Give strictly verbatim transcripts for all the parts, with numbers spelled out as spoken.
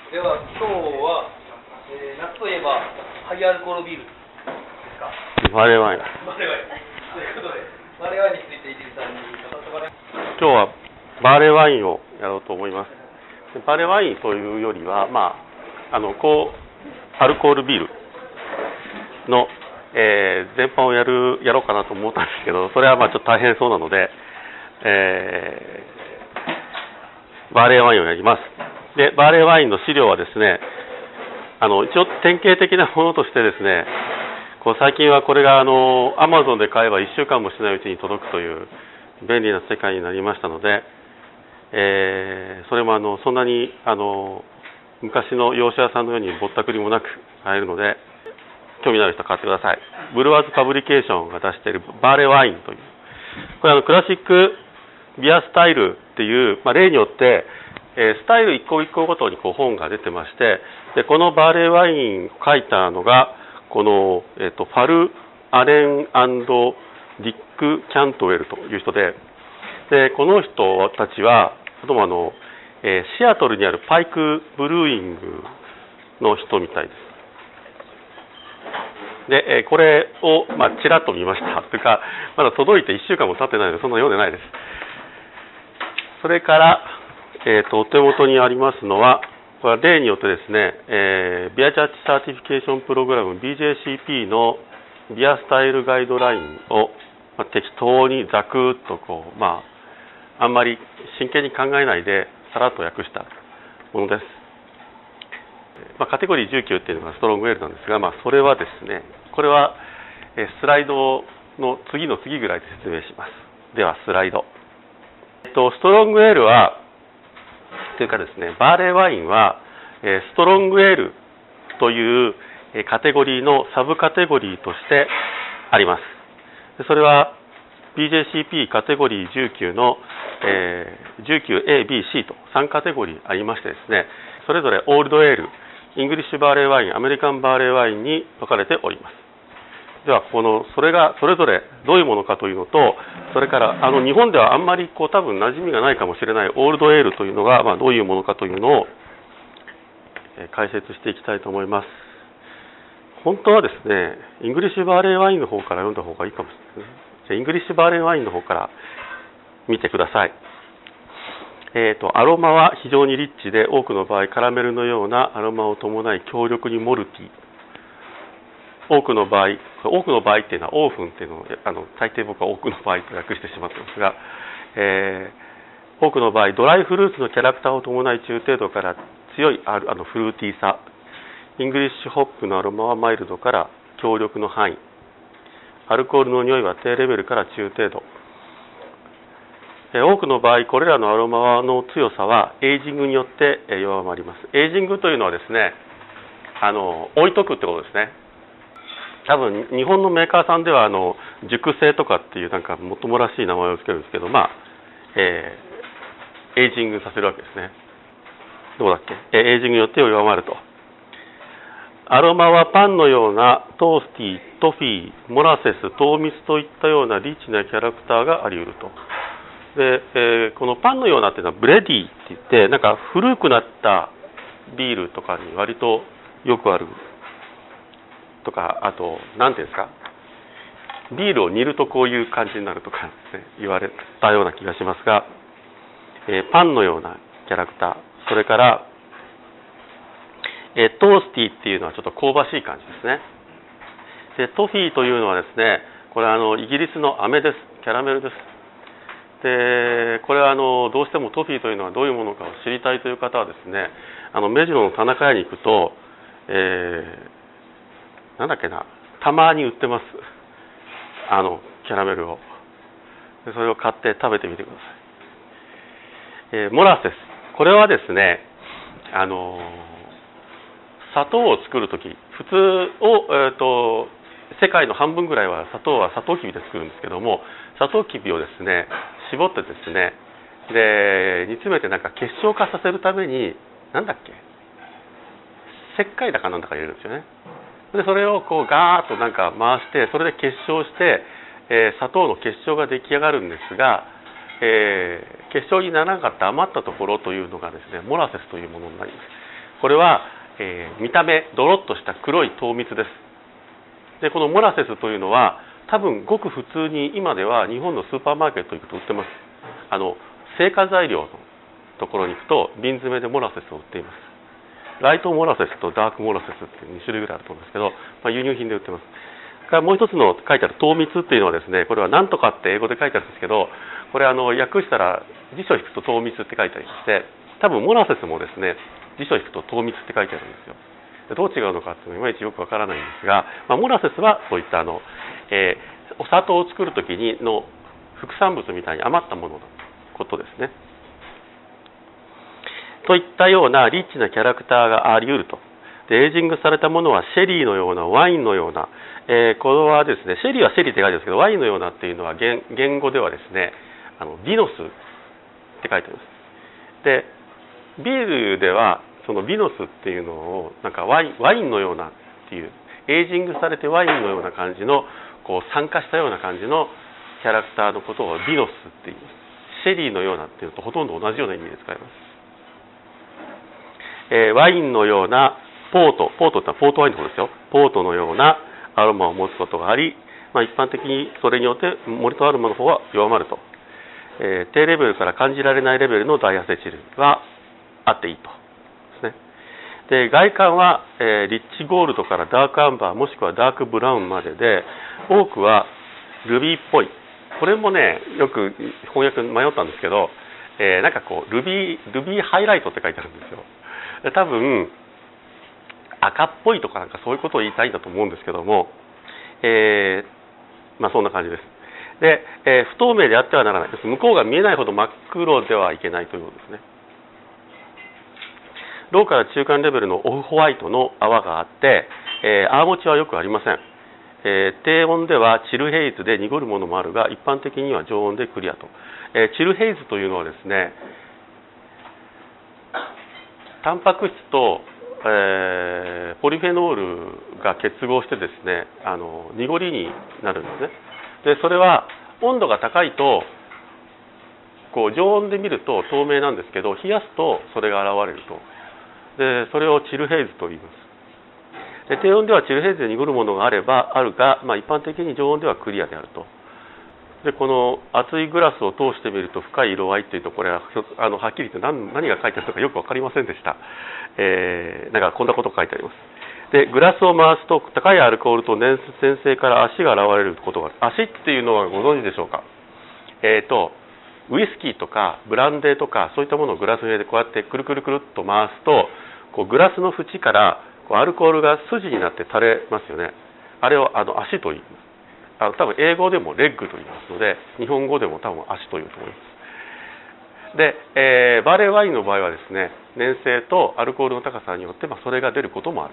では今日は、えー、夏といえばハイアルコールビールですか。 バレーワイン。 バレーワインということで、バレーワインについて伊集院さんに語ってもらいます。 今日はバレーワインをやろうと思います。バレーワインというよりは、まあ、あの高アルコールビールの、えー、全般をやるやろうかなと思ったんですけど、それはまあちょっと大変そうなので、えー、バーレーワインをやります。で、バーレーワインの資料はですね、あの一応典型的なものとしてですね、こう最近はこれがあの アマゾン で買えばいっしゅうかんもしないうちに届くという便利な世界になりましたので、えー、それもあのそんなにあの昔の洋酒屋さんのようにぼったくりもなく買えるので、興味のある人は買ってください。ブルワーズパブリケーションが出しているバーレーワインという、これあのクラシックビアスタイルっていう、まあ、例によって、えー、スタイル一個一個ごとにこう本が出てまして、でこのバーレーワインを書いたのがこの、えー、とファル・アレン&ディック・キャントウェルという人で、でこの人たちはどうもあの、えー、シアトルにあるパイクブルーイングの人みたいです。で、えー、これを、まあ、ちらっと見ましたというか、まだ届いていっしゅうかんも経ってないのでそんな読んでないです。それから、えー、とお手元にありますのは、これは例によってですね、えー、ビアジャッジサーティフィケーションプログラム ビージェーシーピー のビアスタイルガイドラインを、まあ、適当にざくっとこう、まあ、あんまり真剣に考えないでさらっと訳したものです。まあ、カテゴリーじゅうきゅうっていうのがストロングエールなんですが、まあ、それはですね、これはスライドの次の次ぐらいで説明します。ではスライド。えっと、ストロングエールはというかですね、バーレーワインはストロングエールというカテゴリーのサブカテゴリーとしてあります。それは ビージェーシーピー カテゴリーじゅうきゅうの、えー、じゅうきゅうエービーシー とさんカテゴリーありましてですね、それぞれオールドエール、イングリッシュバーレーワイン、アメリカンバーレーワインに分かれております。ではこのそれがそれぞれどういうものかというのと、それからあの日本ではあんまりこう多分馴染みがないかもしれないオールドエールというのが、まあ、どういうものかというのを解説していきたいと思います。本当はですね、イングリッシュバーレーワインの方から読んだ方がいいかもしれないですね。じゃあイングリッシュバーレーワインの方から見てください。えーと、アロマは非常にリッチで、多くの場合カラメルのようなアロマを伴い強力にモルティ。多くの場合、多くの場合っていうのはオーフンっていうのをあの大抵僕は多くの場合と訳してしまってますが、えー、多くの場合ドライフルーツのキャラクターを伴い中程度から強いあのフルーティーさ、イングリッシュホップのアロマはマイルドから強力の範囲、アルコールの匂いは低レベルから中程度。えー、多くの場合これらのアロマの強さはエイジングによって弱まります。エイジングというのはですね、あの置いとくってことですね。多分日本のメーカーさんではあの熟成とかっていうなんかもっともらしい名前をつけるんですけど、まあ、えー、エイジングさせるわけですね。どうだっけ、エイジングによって弱まると。アロマはパンのようなトースティー、トフィー、モラセス、糖蜜といったようなリッチなキャラクターがあり得ると。で、えー、このパンのようなっていうのはブレディって言って、なんか古くなったビールとかに割とよくあるとか、あと何ていうんですか、ビールを煮るとこういう感じになるとか、ね、言われたような気がしますが、えー、パンのようなキャラクター、それから、えー、トースティーっていうのはちょっと香ばしい感じですね。でトフィーというのはですね、これはあのイギリスの飴です。キャラメルです。でこれはあのどうしてもトフィーというのはどういうものかを知りたいという方はですね、あの目白の田中屋に行くと、えーなんだっけな、たまに売ってます。あのキャラメルを。でそれを買って食べてみてください。えー、モラセス。これはですね、あの砂糖を作るとき、普通を、えーと、世界の半分ぐらいは砂糖はサトウキビで作るんですけども、サトウキビをですね、絞ってですね、で煮詰めてなんか結晶化させるために、なんだっけ、石灰だかなんだか入れるんですよね。でそれをこうガーッとなんか回して、それで結晶して、えー、砂糖の結晶が出来上がるんですが、えー、結晶にならなかった余ったところというのがですね、モラセスというものになります。 これは、えー見た目ドロッとした黒い糖蜜です。でこのモラセスというのは多分ごく普通に今では日本のスーパーマーケットに行くと売ってます。あの製菓材料のところに行くと瓶詰めでモラセスを売っています。ライトモラセスとダークモラセスっていうに種類ぐらいあると思うんですけど、まあ、輸入品で売ってます。からもう一つの書いてある糖蜜っていうのはですね、これは何とかって英語で書いてあるんですけど、これあの訳したら辞書を引くと糖蜜って書いてありまして、多分モラセスもですね辞書を引くと糖蜜って書いてあるんですよ。でどう違うのかっていうのはいまいちよくわからないんですが、まあ、モラセスはそういったあの、えー、お砂糖を作る時にの副産物みたいに余ったもののことですね。といったようなリッチなキャラクターがあり得ると。でエイジングされたものはシェリーのようなワインのような、えー、これはですねシェリーはシェリーって書いてあるんですけど、ワインのようなっていうのは 言, 言語ではですねあのビノスって書いてあります。でビールではそのビノスっていうのをなんかワインワインのようなっていうエイジングされてワインのような感じのこう酸化したような感じのキャラクターのことをビノスって言います。シェリーのようなっていうのとほとんど同じような意味で使います。えー、ワインのようなポート、ポートってのはポートワインのことですよ。ポートのようなアロマを持つことがあり、まあ、一般的にそれによってモルトアロマの方は弱まると、えー、低レベルから感じられないレベルのダイアセチルはあっていいとですね。で外観は、えー、リッチゴールドからダークアンバーもしくはダークブラウンまでで、多くはルビーっぽい。これもねよく翻訳迷ったんですけど、えー、なんかこうルビールビーハイライトって書いてあるんですよ。で多分赤っぽいとかなんかそういうことを言いたいんだと思うんですけども、えー、まあそんな感じです。で、えー、不透明であってはならない。向こうが見えないほど真っ黒ではいけないということですね。ローから中間レベルのオフホワイトの泡があって、えー、泡持ちはよくありません。えー、低温ではチルヘイズで濁るものもあるが、一般的には常温でクリアと。えー、チルヘイズというのはですね、タンパク質とえー、ポリフェノールが結合してですねあの濁りになるんですね。でそれは温度が高いとこう常温で見ると透明なんですけど、冷やすとそれが現れると。でそれをチルヘイズと言います。で低温ではチルヘイズで濁るものがあればあるが、まあ、一般的に常温ではクリアであると。でこの熱いグラスを通してみると深い色合いというと、これはあのはっきり言って 何, 何が書いてあるのかよく分かりませんでした。えー、なんかこんなことが書いてあります。でグラスを回すと高いアルコールと粘性から足が現れることがある。足っていうのはご存知でしょうか。えーとウイスキーとかブランデーとかそういったものをグラスの上でこうやってくるくるくるっと回すと、こうグラスの縁からこうアルコールが筋になって垂れますよね。あれをあの足と言います。あの多分英語でもレッグと言いますので、日本語でも多分足というと思います。で、えー、バーレーワインの場合はですね、粘性とアルコールの高さによって、まあ、それが出ることもある。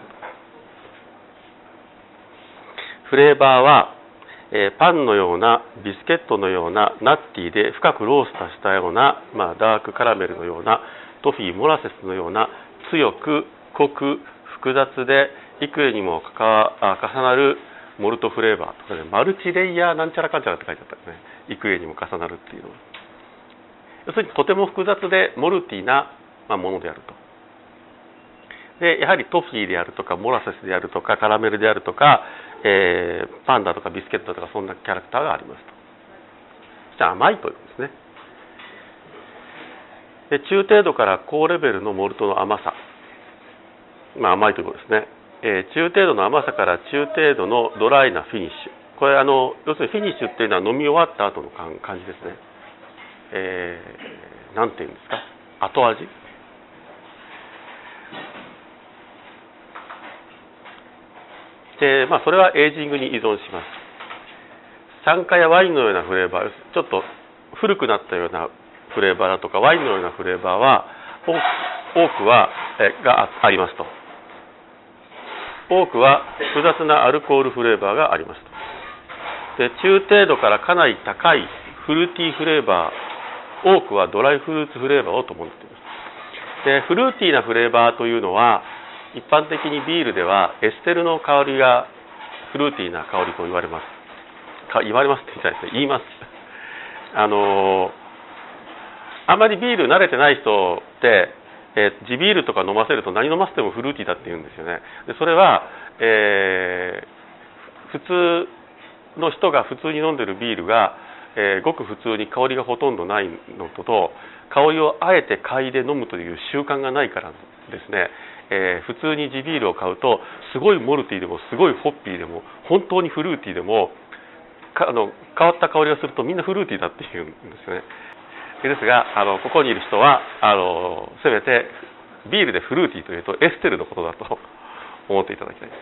フレーバーは、えー、パンのようなビスケットのようなナッティで深くローストしたような、まあ、ダークカラメルのようなトフィーモラセスのような強く濃く複雑で幾重にもかか重なるモルトフレーバーとかで、マルチレイヤーなんちゃらかんちゃらって書いてあったんですね。幾重にも重なるっていうのは要するにとても複雑でモルティなものであると。でやはりトフィーであるとかモラセスであるとかカラメルであるとか、えー、パンダとかビスケットとかそんなキャラクターがありますと。そして甘いということですね。で中程度から高レベルのモルトの甘さ、まあ、甘いということですね。えー、中程度の甘さから中程度のドライなフィニッシュ。これあの要するにフィニッシュっていうのは飲み終わった後の感じですね。えー、なんていうんですか、後味。で、まあ、それはエイジングに依存します。酸化やワインのようなフレーバー、ちょっと古くなったようなフレーバーだとかワインのようなフレーバーは多くはえがありますと。多くは複雑なアルコールフレーバーがありますと。で中程度からかなり高いフルーティーフレーバー、多くはドライフルーツフレーバーを伴っています。でフルーティーなフレーバーというのは一般的にビールではエステルの香りがフルーティーな香りと言われます。か言われますって言いたいですね。言います。あのあまりビール慣れてない人ってえー、地ビールとか飲ませると何飲ませてもフルーティーだって言うんですよね。でそれは、えー、普通の人が普通に飲んでるビールが、えー、ごく普通に香りがほとんどないのとと、香りをあえて嗅いで飲むという習慣がないからですね、えー、普通に地ビールを買うとすごいモルティーでもすごいホッピーでも本当にフルーティーでもかあの変わった香りがするとみんなフルーティーだっていうんですよね。ですがあのここにいる人はあのせめてビールでフルーティーというとエステルのことだと思っていただきたいです。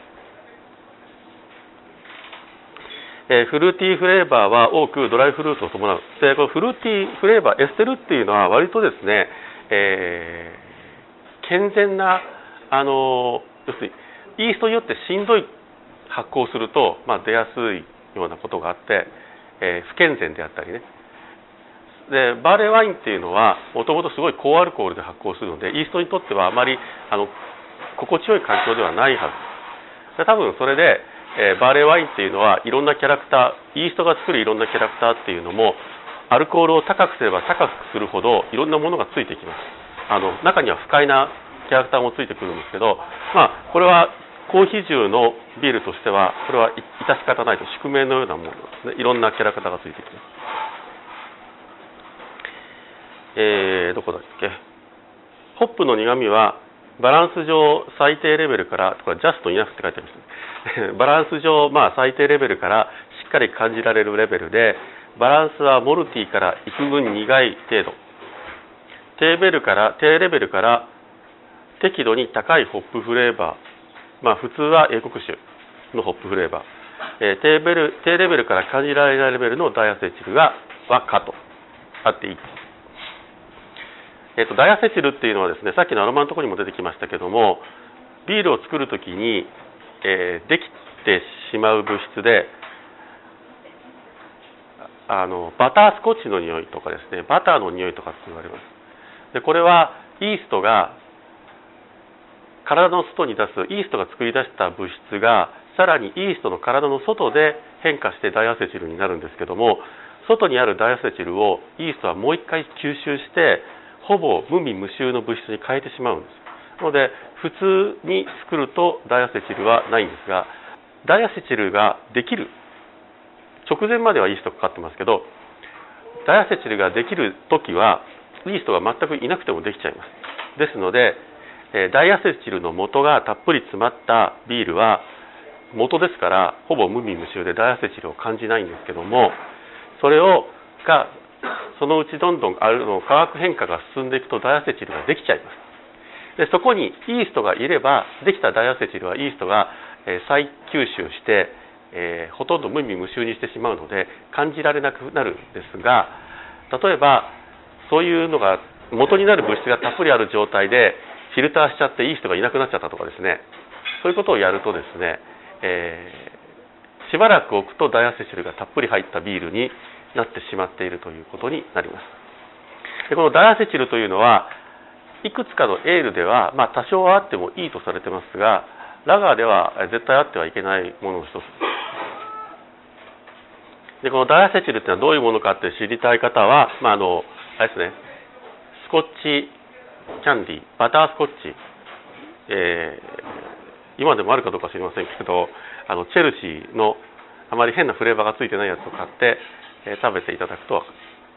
えー、フルーティーフレーバーは多くドライフルーツを伴う。でこのフルーティーフレーバーエステルっていうのは割とですね、えー、健全なあの要するにイーストによってしんどい発酵をすると、まあ、出やすいようなことがあって、えー、不健全であったりね。でバーレーワインっていうのはもともとすごい高アルコールで発酵するのでイーストにとってはあまりあの心地よい環境ではないはずで、多分それで、えー、バーレーワインっていうのはいろんなキャラクターイーストが作るいろんなキャラクターっていうのもアルコールを高くすれば高くするほどいろんなものがついてきます。あの中には不快なキャラクターもついてくるんですけど、まあこれは高比重のビールとしてはこれは致し方ないと宿命のようなものですね。いろんなキャラクターがついてきます。えー、どこだっけ。ホップの苦味はバランス上最低レベルからこれジャストイナフって書いてありますバランス上、まあ、最低レベルからしっかり感じられるレベルで、バランスはモルティから幾分苦い程度、低レベルから低レベルから適度に高いホップフレーバー、まあ、普通は英国酒のホップフレーバー、えー、低レベル、低レベルから感じられないレベルのダイアセチルがは可とあっていい。えー、とダイアセチルっていうのはですね、さっきのアロマのところにも出てきましたけども、ビールを作るときに、えー、できてしまう物質で、あのバタースコッチの匂いとかですね、バターの匂いとかって言われます。でこれはイーストが体の外に出すイーストが作り出した物質がさらにイーストの体の外で変化してダイアセチルになるんですけども、外にあるダイアセチルをイーストはもう一回吸収してほぼ無味無臭の物質に変えてしまうんです。なので普通に作るとダイアセチルはないんですが、ダイアセチルができる直前まではイーストかかってますけど、ダイアセチルができる時はイーストが全くいなくてもできちゃいます。ですのでダイアセチルの元がたっぷり詰まったビールは元ですからほぼ無味無臭でダイアセチルを感じないんですけども、それをがそのうちどんどんあるの化学変化が進んでいくとダイアセチルができちゃいます。でそこにイーストがいればできたダイアセチルはイーストが、えー、再吸収して、えー、ほとんど無味無臭にしてしまうので感じられなくなるんですが、例えばそういうのが元になる物質がたっぷりある状態でフィルターしちゃってイーストがいなくなっちゃったとかですね、そういうことをやるとですね、えー、しばらく置くとダイアセチルがたっぷり入ったビールになってしまっているということになります。でこのダイアセチルというのはいくつかのエールでは、まあ、多少はあってもいいとされてますが、ラガーでは絶対あってはいけないものの一つで、このダイアセチルっていうのはどういうものかって知りたい方は、まあ、あのあれですね、スコッチキャンディー、バタースコッチ、えー、今でもあるかどうか知りませんけど、あのチェルシーのあまり変なフレーバーがついてないやつを買って、えー、食べていただくと分かる。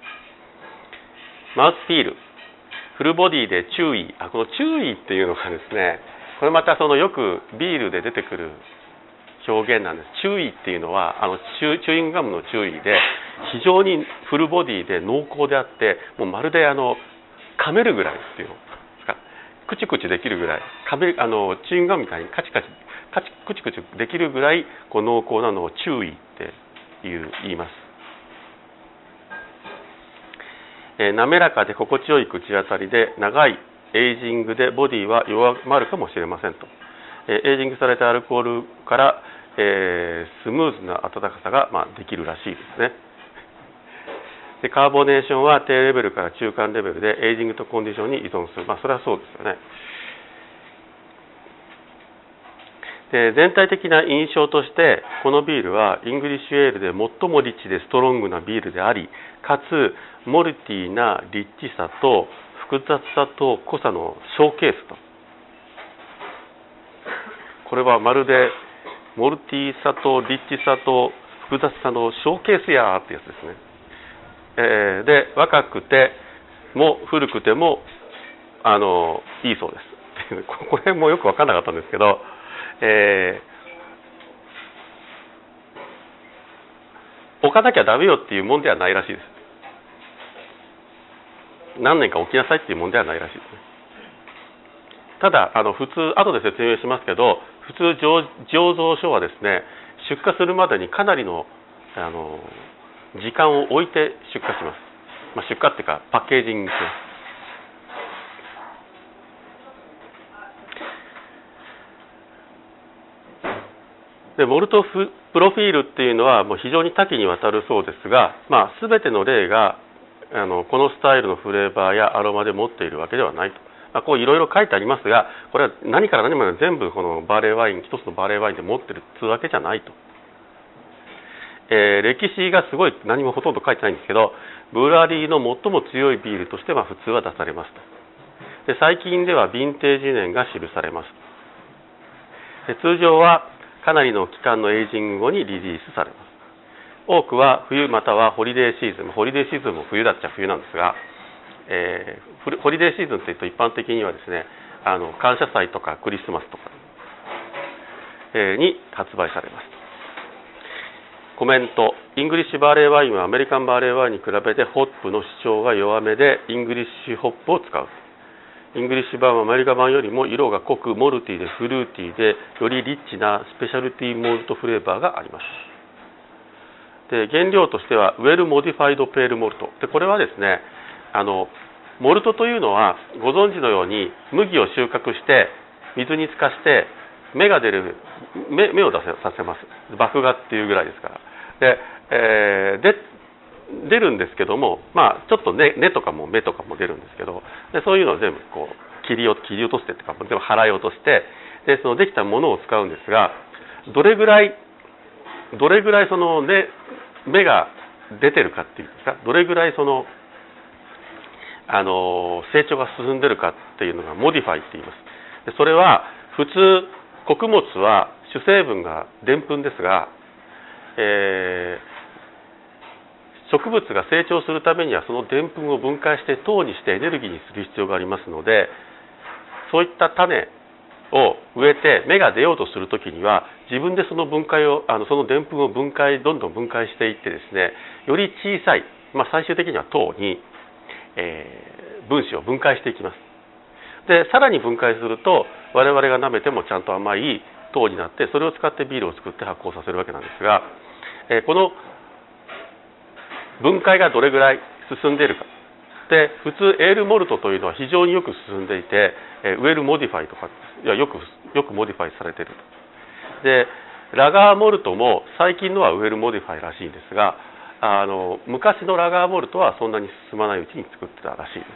マウスピール、フルボディでチューイー、あこのチューイーっていうのがですね、これまたそのよくビールで出てくる表現なんです。チューイーっていうのはあのチュ、チューイングガムのチューイーで非常にフルボディで濃厚であって、もうまるであの噛めるぐらいっていうのですか、クチクチできるぐらい、噛めあのチューイングガムみたいにカチカチカチクチクチできるぐらいこう濃厚なのをチューイーっていう言います。えー、滑らかで心地よい口当たりで長いエイジングでボディは弱まるかもしれませんと、えー、エイジングされたアルコールから、えー、スムーズな温かさが、まあ、できるらしいですね。でカーボネーションは低レベルから中間レベルでエイジングとコンディションに依存する、まあ、それはそうですよね。で全体的な印象としてこのビールはイングリッシュエールで最もリッチでストロングなビールであり、かつモルティーなリッチさと複雑さと濃さのショーケースと。これはまるでモルティさとリッチさと複雑さのショーケースやーってやつですね。えー、で若くても古くてもあのいいそうです。これもよく分からなかったんですけど、えー、置かなきゃダメよっていうもんではないらしいです。何年か置きなさいっていうもんではないらしいですね。ただあの普通後で説明しますけど、普通醸造所はですね、出荷するまでにかなりのあの時間を置いて出荷します。まあ、出荷っていうかパッケージングします。でモルトフプロフィールっていうのはもう非常に多岐にわたるそうですが、まあ、全ての例があのこのスタイルのフレーバーやアロマで持っているわけではないと。まあ、こういろいろ書いてありますが、これは何から何まで全部このバーレーワイン、一つのバーレーワインで持ってるっていうわけじゃないと。えー、歴史がすごい何もほとんど書いてないんですけど、ブラリーの最も強いビールとしては普通は出されますと。で最近ではヴィンテージ年が記されます。で通常はかなりの期間のエイジング後にリリースされます。多くは冬またはホリデーシーズン、ホリデーシーズンも冬だっちゃ冬なんですが、えー、ホリデーシーズンというと一般的にはですね、あの感謝祭とかクリスマスとか、えー、に発売されます。コメント。イングリッシュバーレーワインはアメリカンバーレーワインに比べてホップの主張が弱めでイングリッシュホップを使う。イングリッシュ版はアメリカ版よりも色が濃くモルティでフルーティーでよりリッチなスペシャルティーモルトフレーバーがあります。で原料としてはウェルモディファイドペールモルトで、これはですね、あのモルトというのはご存知のように麦を収穫して水に浸かして芽が出る 芽, 芽を出せさせます。麦芽っていうぐらいですから。で、えー、で出るんですけども、まあ、ちょっと 根, 根とかも芽とかも出るんですけど、でそういうのを全部こう切りを切り落としてっていうか全部払い落として、でそのできたものを使うんですが、どれぐらいどれぐらいその、ね、芽が出てるかっていうんですか、どれぐらいそのあの成長が進んでるかっていうのがモディファイって言います。でそれは普通穀物は主成分がでんぷんですが、えー植物が成長するためにはそのでんぷんを分解して糖にしてエネルギーにする必要がありますので、そういった種を植えて芽が出ようとするときには自分でその分解をあのそのでんぷんを分解どんどん分解していってですね、より小さい、まあ、最終的には糖に、えー、分子を分解していきます。でさらに分解すると我々が舐めてもちゃんと甘い糖になって、それを使ってビールを作って発酵させるわけなんですが、えー、この分解がどれぐらい進んでいるかで、普通エールモルトというのは非常によく進んでいて、ウェルモディファイとかいやよくよくモディファイされていると。でラガーモルトも最近のはウェルモディファイらしいんですが、あの昔のラガーモルトはそんなに進まないうちに作ってたらしいです。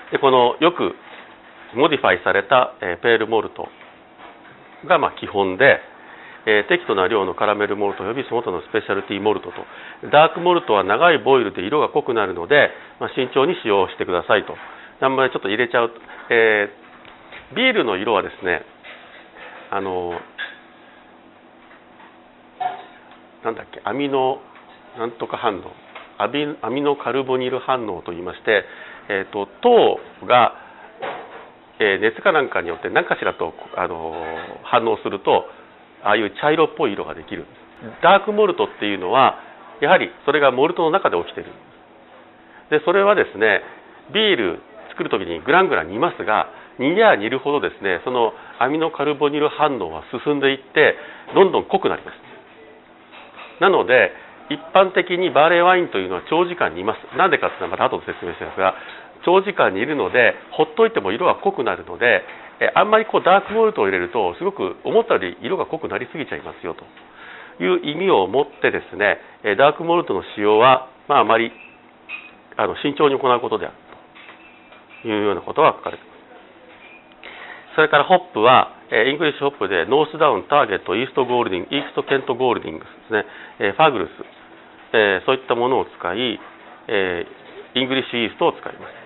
でこのよくモディファイされた、えー、ペールモルトがまあ基本で、えー、適度な量のカラメルモルトおよびその他のスペシャルティモルトと、ダークモルトは長いボイルで色が濃くなるので、まあ、慎重に使用してくださいと。あんまりちょっと入れちゃうと、えー、ビールの色はですね、あのなんだっけアミノなんとか反応アビアミノカルボニル反応といいまして、えー、と糖が、えー、熱かなんかによって何かしらと、あの反応するとああいう茶色っぽい色ができるんです。ダークモルトっていうのはやはりそれがモルトの中で起きているんです。でそれはですね、ビール作る時にグラングラン煮ますが、煮りゃ煮るほどですね、そのアミノカルボニル反応は進んでいってどんどん濃くなります。なので一般的にバーレーワインというのは長時間煮ます。なんでかっていうのはまた後で説明しますが、長時間煮るのでほっといても色が濃くなるので、えあんまりこうダークモルトを入れるとすごく思ったより色が濃くなりすぎちゃいますよという意味を持ってですね、ダークモルトの使用は、まあ、あまりあの慎重に行うことであるというようなことが書かれています。それからホップはイングリッシュホップでノースダウン、ターゲット、イーストゴールディング、イーストケントゴールディングですね、ファグルス、そういったものを使い、 イングリッシュイーストを使います。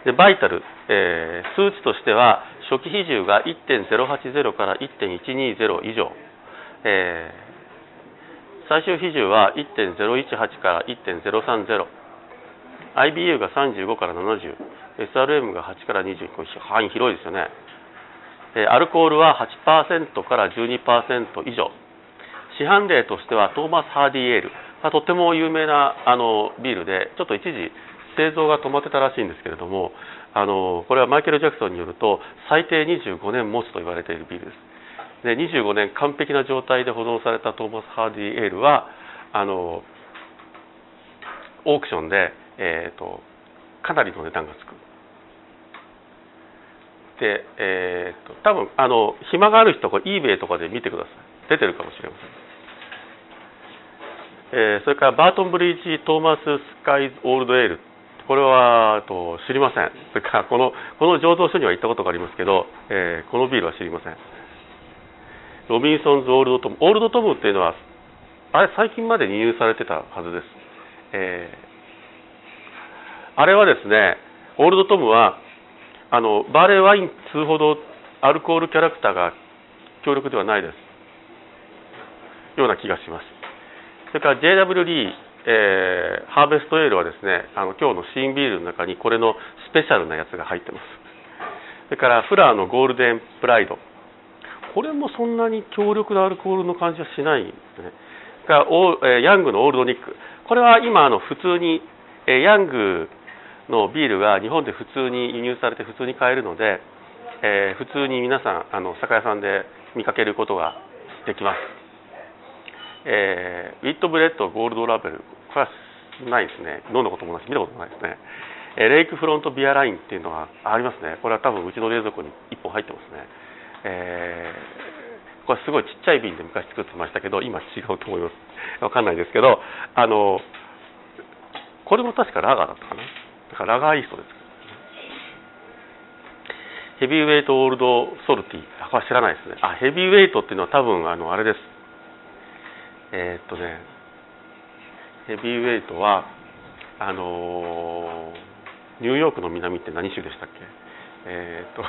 でバイタル、えー、数値としては初期比重が いってんゼロはちゼロ から いってんいちにゼロ 以上、えー、最終比重は いってんゼロいちはち から いってんゼロさんゼロ、 アイビーユー がさんじゅうごからななじゅう、 エスアールエム がはちからにじゅう、これ範囲広いですよね。えー、アルコールは はちパーセント から じゅうにパーセント 以上。市販例としてはトーマス・ハーディエールがとっても有名なあのビールで、ちょっと一時製造が止まってたらしいんですけれども、あのこれはマイケル・ジャクソンによると最低にじゅうごねん持つと言われているビールです。でにじゅうごねん完璧な状態で保存されたトーマス・ハーディエールはあのオークションで、えー、とかなりの値段がつく。で、えー、と多分あの暇がある人は eBay とかで見てください。出てるかもしれません。えー、それからバートンブリッジトーマス・スカイズ・オールド・エール、これはと知りません。それからこのこの醸造所には行ったことがありますけど、えー、このビールは知りません。ロビンソンズ・オールド・トム、オールド・トムっていうのはあれ最近まで輸入されてたはずです。えー、あれはですね、オールド・トムはあのバーレーワイン通ほどアルコールキャラクターが強力ではないですような気がします。それから ジェイダブリュー リー、えー、ハーベストエールはですね、あの今日の新ビールの中にこれのスペシャルなやつが入ってます。それからフラーのゴールデンプライド、これもそんなに強力なアルコールの感じはしないんですね。それからオー、えー、ヤングのオールドニック、これは今あの普通に、えー、ヤングのビールが日本で普通に輸入されて普通に買えるので、えー、普通に皆さんあの酒屋さんで見かけることができます。えー、ウィットブレッドゴールドラベル、これはないですね。飲んだこともないし見たこともないですね。えー、レイクフロントビアラインっていうのがありますね。これは多分うちの冷蔵庫にいっぽん入ってますね。えー、これすごいちっちゃい瓶で昔作ってましたけど今違うと思います。わかんないですけど、あのこれも確かラガーだったかな。だからラガーイーストです。ヘビーウェイトオールドソルティ、これは知らないですね。あ、ヘビーウェイトっていうのは多分あのあれです。えー、っとね、ヘビーウェイトはあのー、ニューヨークの南って何州でしたっけ？えー、っ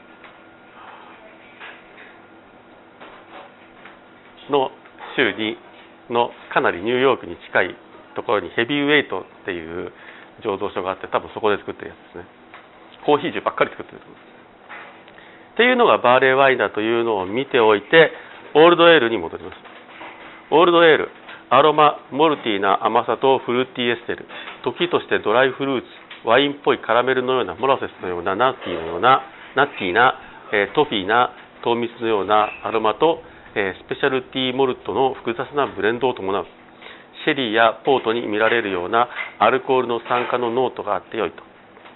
との州にのかなりニューヨークに近いところにヘビーウェイトっていう醸造所があって、多分そこで作ってるやつですね。コーヒー酒ばっかり作ってると思います。っていうのがバーレーワインだというのを見ておいて、オールドエールに戻ります。オールドエール、アロマ、モルティーな甘さとフルーティーエステル、時としてドライフルーツ、ワインっぽいカラメルのようなモラセスのようなナッティーのようなナッティーな、えー、トフィーな糖蜜のようなアロマと、えー、スペシャルティーモルトの複雑なブレンドを伴う。シェリーやポートに見られるようなアルコールの酸化のノートがあってよいと。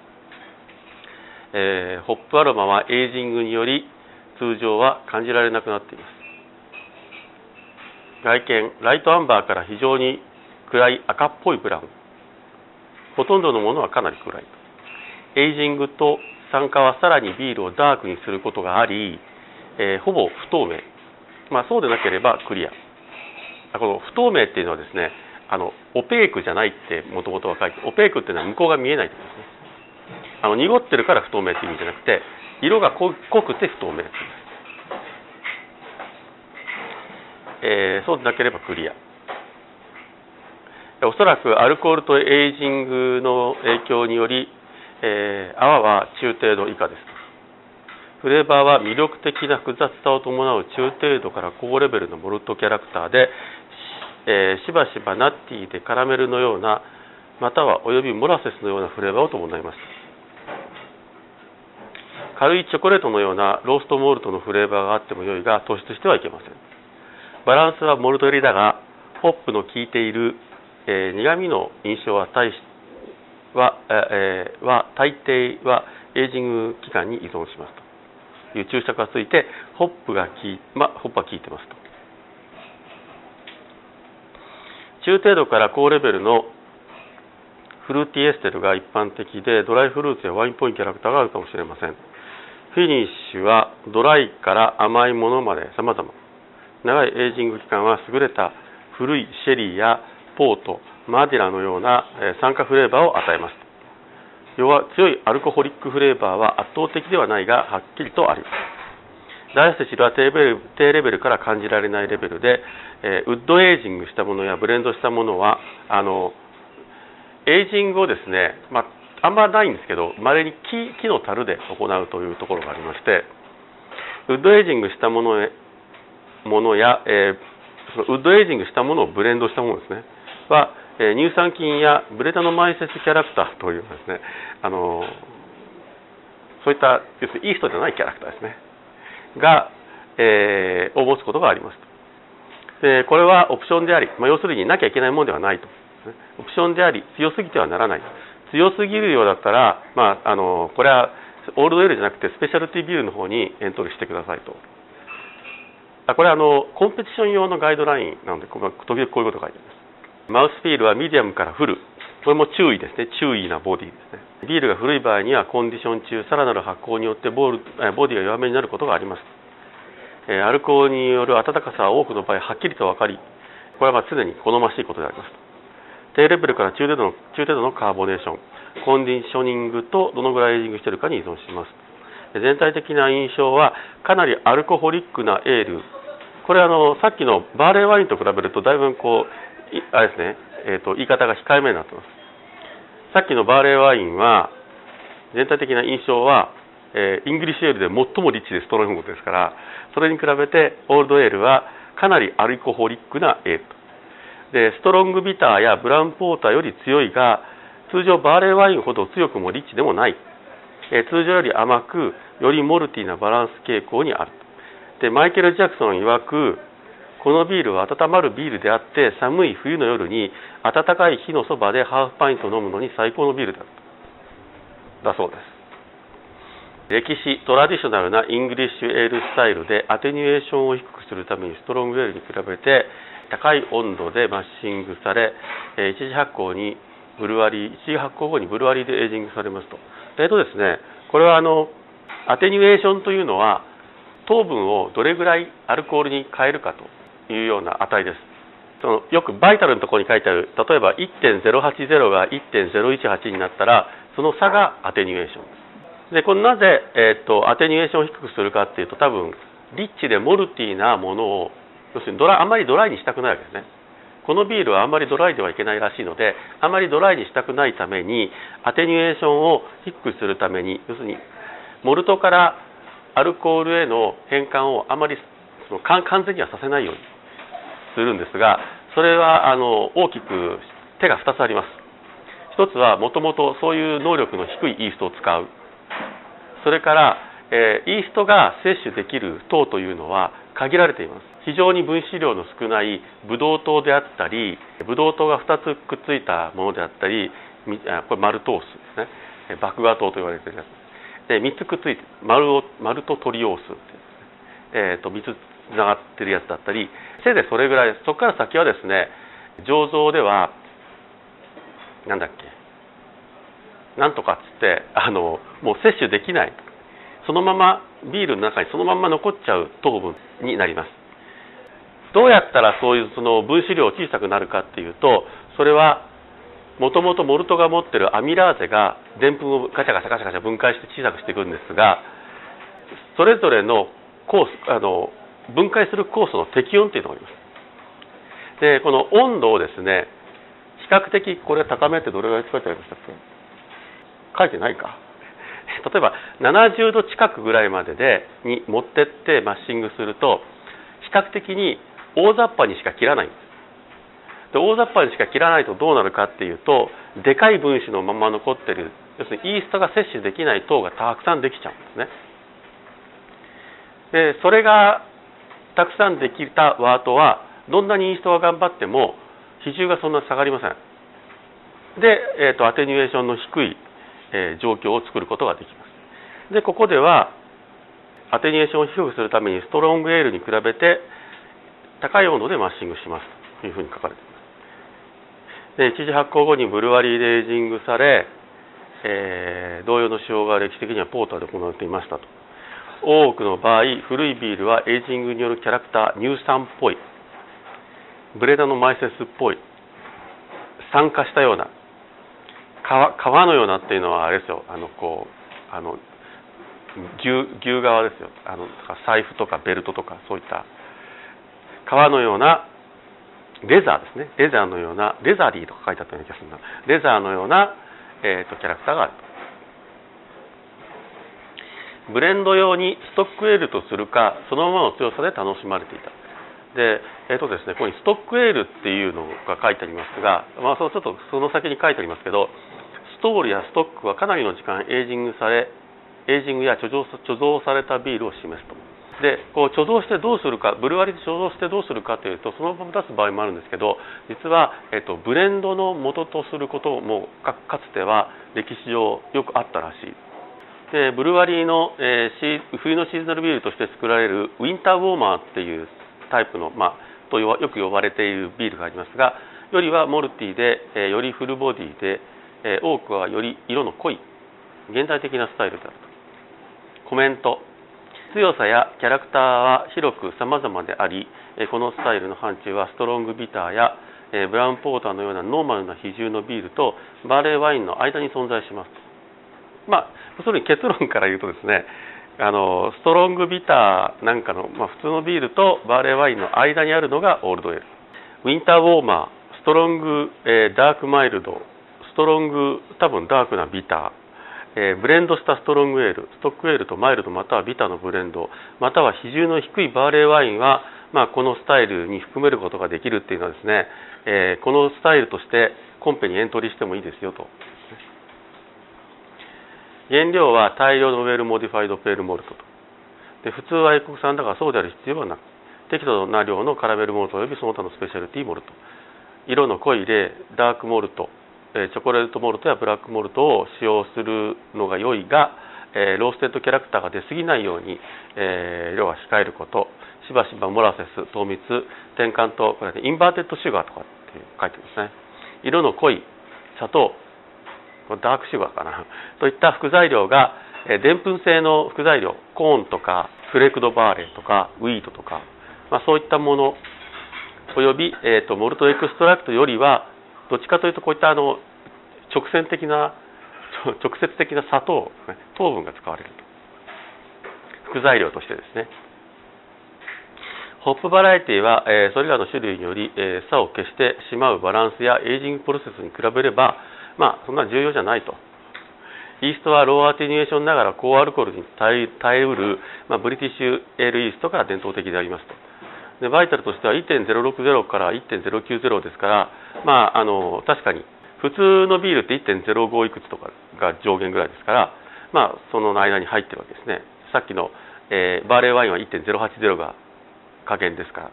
えー、ホップアロマはエイジングにより通常は感じられなくなっています。外見、ライトアンバーから非常に暗い赤っぽいブラウン。ほとんどのものはかなり暗い。エイジングと酸化はさらにビールをダークにすることがあり、えー、ほぼ不透明。まあそうでなければクリア。この不透明っていうのはですね、あのオペークじゃないってもともとは書いて、オペークっていうのは向こうが見えないってことですね。あの濁ってるから不透明っていう意味じゃなくて、色が濃くて不透明って言います。えー、そうでなければクリア。おそらくアルコールとエイジングの影響により、えー、泡は中程度以下です。フレーバーは魅力的な複雑さを伴う中程度から高レベルのモルトキャラクターで、えー、しばしばナッティーでカラメルのような、またはおよびモラセスのようなフレーバーを伴います。軽いチョコレートのようなローストモルトのフレーバーがあっても良いが、突出してはいけません。バランスはモルト寄りだが、ホップの効いている、えー、苦味の印象は大しは、えー、は大抵はエイジング期間に依存しますという注釈がついて、ホップがき、ま、ホップは効いてますと。中程度から高レベルのフルーティーエステルが一般的で、ドライフルーツやワインっぽいキャラクターがあるかもしれません。フィニッシュはドライから甘いものまで様々。長いエイジング期間は優れた古いシェリーやポート、マディラのような酸化フレーバーを与えます。 弱強いアルコホリックフレーバーは圧倒的ではないがはっきりとあります。ダイアステチルは低レベル、低レベルから感じられないレベルで、えー、ウッドエイジングしたものやブレンドしたものはあのエイジングをですね、まあ、あんまないんですけど、まれに 木, 木の樽で行うというところがありまして、ウッドエイジングしたものへものや、えー、そのウッドエイジングしたものをブレンドしたものですねは、えー、乳酸菌やブレタノマイセスキャラクターというですね、あのそういった要するにいい人じゃないキャラクターですねが、えー、を持つことがありますと。でこれはオプションであり、まあ、要するになきゃいけないものではないと。オプションであり強すぎてはならない。強すぎるようだったら、まあ、あのこれはオールドエールじゃなくてスペシャルティビューの方にエントリーしてくださいと。これはあのコンペティション用のガイドラインなので、時々こういうことが書いてあります。マウスフィールはミディアムからフル、これも注意ですね、注意なボディですね。ビールが古い場合にはコンディション中さらなる発酵によってボールボディが弱めになることがあります。アルコールによる温かさは多くの場合はっきりと分かり、これはまあ常に好ましいことであります。低レベルから中程度の中程度のカーボネーション、コンディショニングとどのぐらいエイジングしているかに依存します。全体的な印象はかなりアルコホリックなエール、これはあのさっきのバーレーワインと比べるとだいぶこうあれですね、えーと言い方が控えめになってます。さっきのバーレーワインは全体的な印象は、えー、イングリッシュエールで最もリッチでストロングですから、それに比べてオールドエールはかなりアルコホリックなエールで、ストロングビターやブラウンポーターより強いが、通常バーレーワインほど強くもリッチでもない、えー、通常より甘くよりモルティーなバランス傾向にある。でマイケル・ジャクソン曰く、このビールは温まるビールであって、寒い冬の夜に暖かい火のそばでハーフパイント飲むのに最高のビールだだそうです。歴史トラディショナルなイングリッシュエールスタイルでアテニュエーションを低くするためにストロングエールに比べて高い温度でマッシングされ、一次発酵にブルワリー一次発酵後にブルワリーでエイジングされますと。えーとですね、これはあのアテニュエーションというのは糖分をどれぐらいアルコールに変えるかというような値です。そのよくバイタルのところに書いてある、例えば いってんゼロはちゼロ が いってんゼロいちはち になったら、その差がアテニュエーションです。でこれなぜ、えー、とアテニュエーションを低くするかっていうと、多分リッチでモルティーなものを要するにドライあんまりドライにしたくないわけですね。このビールはあんまりドライではいけないらしいので、あんまりドライにしたくないためにアテニュエーションを低くするために、要するにモルトからアルコールへの変換をあまりその完全にはさせないようにするんですが、それはあの大きく手がふたつあります。一つはもともとそういう能力の低いイーストを使う。それから、えー、イーストが摂取できる糖というのは限られています。非常に分子量の少ないブドウ糖であったり、ブドウ糖がふたつくっついたものであったり、これマルトースですね、麦芽糖と言われているやつで、みっつくっついてマルオマルトトリオースって、えー、とみっつつながってるやつだったり、せいぜいそれぐらいです。そこから先はですね、醸造ではなんだっけなんとかっつってあのもう摂取できない、そのままビールの中にそのまま残っちゃう糖分になります。どうやったらそういうその分子量小さくなるかっていうと、それはもともとモルトが持っているアミラーゼがでんぷんをガチャガチャガチャガチャ分解して小さくしていくんですが、それぞれのコースあの分解する酵素の適温というのがあります。でこの温度をですね、比較的これ高めってどれぐらい書いてありましたっけ？書いてないか。例えばななじゅうど近くぐらいまででに持ってってマッシングすると、比較的に大雑把にしか切らないんです。で大雑把にしか切らないとどうなるかっていうと、でかい分子のまま残ってる、要するにイーストが摂取できない糖がたくさんできちゃうんですね。でそれがたくさんできたワートはどんなにイーストが頑張っても比重がそんな下がりません。で、えーと、アテニュエーションの低い、えー、状況を作ることができます。でここではアテニュエーションを低くするためにストロングエールに比べて高い温度でマッシングしますというふうに書かれています。で一次発酵後にブルワリーでエイジングされ、えー、同様の使用が歴史的にはポーターで行われていましたと。多くの場合古いビールはエイジングによるキャラクター、乳酸っぽい、ブレダのマイセスっぽい、酸化したような川川のようなっていうのはあれですよ、あのこうあの牛牛革ですよ。あの財布とかベルトとかそういった革のようなレザーですね。レザーのようなレザリーとか書いてあったような気がするな。レザーのような、えー、とキャラクターがあると。ブレンド用にストックエールとするかそのままの強さで楽しまれていた。で、えーとですね、ここにストックエールっていうのが書いてありますが、まあ、そうちょっとその先に書いてありますけど、ストールやストックはかなりの時間エイジングされ、エイジングや貯蔵貯蔵されたビールを示すと。で、こう貯蔵してどうするか、ブルワリーで貯蔵してどうするかというと、そのまま出す場合もあるんですけど、実は、えーと、ブレンドの元とすることも か, かつては歴史上よくあったらしい。で、ブルワリーの、えー、シ冬のシーズナルビールとして作られるウィンターウォーマーっていうタイプの、まあ、とよく呼ばれているビールがありますが、よりはモルティで、えー、よりフルボディで、えー、多くはより色の濃い現代的なスタイルであると。コメント。強さやキャラクターは広く様々であり、このスタイルの範疇はストロングビターやブラウンポーターのようなノーマルな比重のビールとバーレーワインの間に存在します。まあ、要するに結論から言うとですね、あのストロングビターなんかの、まあ、普通のビールとバーレーワインの間にあるのがオールドエール。ウィンターウォーマー、ストロング、えー、ダークマイルド、ストロング多分ダークなビター、えー、ブレンドしたストロングエール、ストックエールとマイルドまたはビターのブレンド、または比重の低いバーレーワインは、まあ、このスタイルに含めることができるっていうのはですね、えー、このスタイルとしてコンペにエントリーしてもいいですよと。原料は大量のウェルモディファイドペールモルトと。で、普通は英国産だからそうである必要はなく、適度な量のカラメルモルトおよびその他のスペシャルティモルト、色の濃い例、ダークモルト、チョコレートモルトやブラックモルトを使用するのが良いが、えー、ローステッドキャラクターが出過ぎないように、えー、量は控えること、しばしばモラセス、糖蜜、転換と、これでインバーテッドシュガーとかって書いてますね。色の濃い砂糖、ダークシュガーかなといった副材料がでんぷん性の副材料、コーンとかフレークドバーレーとかウィートとか、まあ、そういったものおよび、えー、とモルトエクストラクトよりはどっちかというとこういったあの直線的な直接的な砂糖、糖分が使われると副材料としてですね。ホップバラエティは、えー、それらの種類により、えー、差を消してしまうバランスやエイジングプロセスに比べればまあそんな重要じゃないと。イーストはローアティニュエーションながら高アルコールに耐え、耐えうる、まあ、ブリティッシュエールイーストが伝統的でありますと。でバイタルとしては いってんゼロろくゼロ から いってんゼロきゅうゼロ ですから、まあ、あの確かに普通のビールって いってんゼロご いくつとかが上限ぐらいですから、まあ、その間に入ってるわけですね。さっきの、えー、バーレーワインは いってんゼロはちゼロ が加減ですから。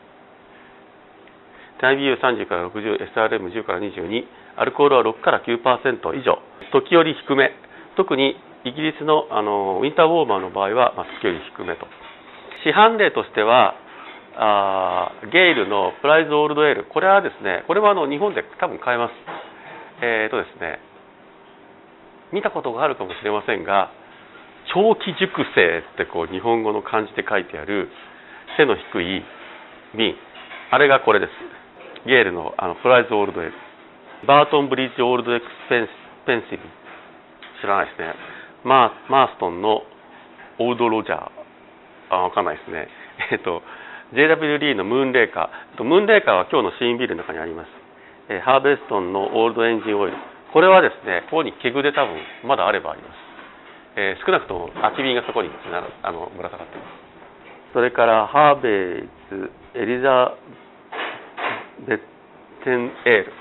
アイビーユーさんじゅう から ろくじゅう、エスアールエムじゅう からにじゅうに、アルコールはろくから きゅうパーセント 以上、時折低め、特にイギリスの、あのウィンターウォーマーの場合は、まあ、時折低めと。市販例としては、あゲイルのプライズオールドエール、これはですね、これはあの日本で多分買えます。えーとですね、見たことがあるかもしれませんが、長期熟成ってこう日本語の漢字で書いてある背の低い瓶、あれがこれです。ゲールのあのプライズオールドエール、バートンブリッジオールドエクスペンペンシブ、知らないですね。マーマーストンのオールドロジャー、あ、わかんないですね。えっと ジェイダブリュー リーのムーンレーカー、ムーンレーカーは今日のシーンビールの中にあります。えー、ハーベストンのオールドエンジンオイル、これはですね、ここにケグで多分まだあればあります。えー、少なくとも空き瓶がそこにあのぶら下がっています。それからハーベイズエリザベッテンエール、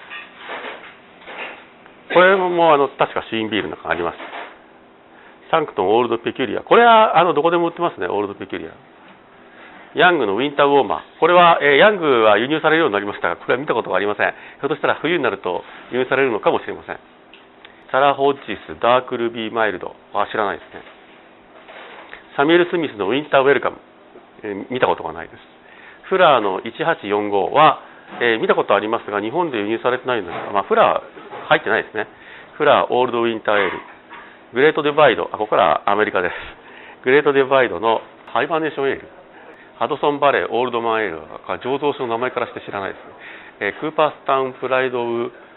これもあの確かシーンビールの中にあります。サンクトンオールドペキュリア、これはあのどこでも売ってますね。オールドペキュリア。ヤングのウィンターウォーマー、これは、えー、ヤングは輸入されるようになりましたが、これは見たことがありません。ひょっとしたら冬になると輸入されるのかもしれません。サラ・ホッジスダークルビーマイルドは知らないですね。サミュエル・スミスのウィンターウェルカム、えー、見たことがないです。フラーのいちはちよんごは、えー、見たことありますが日本で輸入されてないのですが、まあ、フラー入ってないですね。フラーオールドウィンターエール、グレートデバイド、あ、ここからアメリカです。グレートデバイドのハイバーネーションエール、ハドソンバレーオールドマンエール、醸造所の名前からして知らないですね。えー、クーパースタウンプライドウ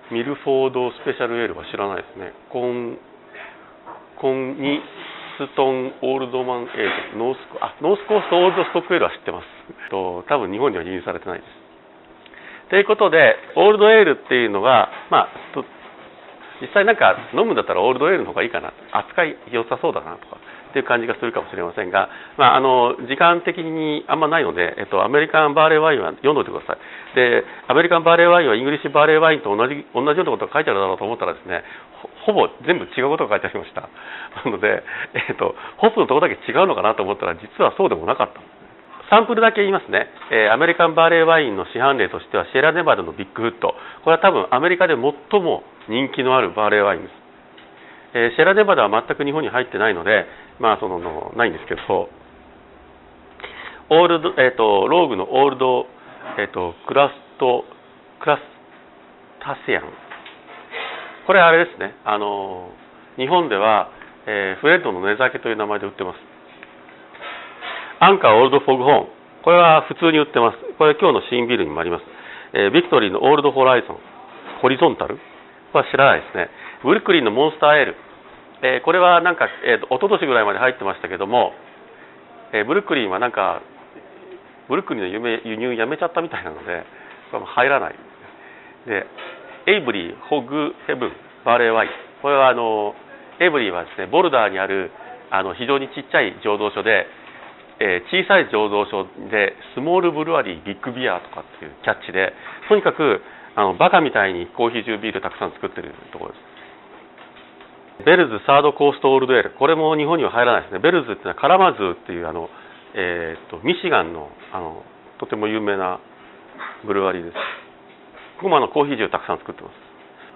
ミルフォードスペシャルエールは知らないですね。コンコンニストンオールドマンエール、ノースあノースコーストオールドストックエールは知ってます。と多分日本には輸入されてないです。ということでオールドエールっていうのがまあと実際なんか飲むんだったらオールドエールの方がいいかな、扱い良さそうだなとかっていう感じがするかもしれませんが、まあ、あの時間的にあんまないので、えっと、アメリカンバーレーワインは読んでおいてください。でアメリカンバーレーワインはイングリッシュバーレーワインと同じ同じようなことが書いてあるだろうと思ったらですね、ほぼ全部違うことが書いてありました。なので、えっと、ホップのところだけ違うのかなと思ったら実はそうでもなかった。サンプルだけ言いますね、えー、アメリカンバーレーワインの市販例としてはシェラネバダのビッグフット、これは多分アメリカで最も人気のあるバーレーワインです。えー、シェラネバダは全く日本に入ってないので、まあそののないんですけど、オールド、えー、とローグのオールド、えー、とクラストクラスタセアン、これあれですね、あの日本では、えー、フレッドの根酒という名前で売ってます。アンカーオールドフォグホーン、これは普通に売ってます。これ今日の新ビールにもあります。えー、ビクトリーのオールドホライゾン、ホリゾンタル、これは知らないですね。ブルックリンのモンスターエール、えー、これはなんか、えー、一昨年ぐらいまで入ってましたけども、えー、ブルックリンはなんかブルックリンの輸入輸入やめちゃったみたいなのでこれも入らないで、エイブリーホグヘブンバーレーワイン、これはあのエイブリーはですね、ボルダーにあるあの非常にちっちゃい醸造所で、えー、小さい醸造所でスモールブルワリービッグビアとかっていうキャッチで、とにかくあのバカみたいにコーヒー中ビールたくさん作ってるところです。ベルズサードコーストオールドエール、これも日本には入らないですね。ベルズっていうのはカラマズーっていうあの、えー、とミシガンの、あのとても有名なブルワリーです。ここもあのコーヒー中たくさん作ってます。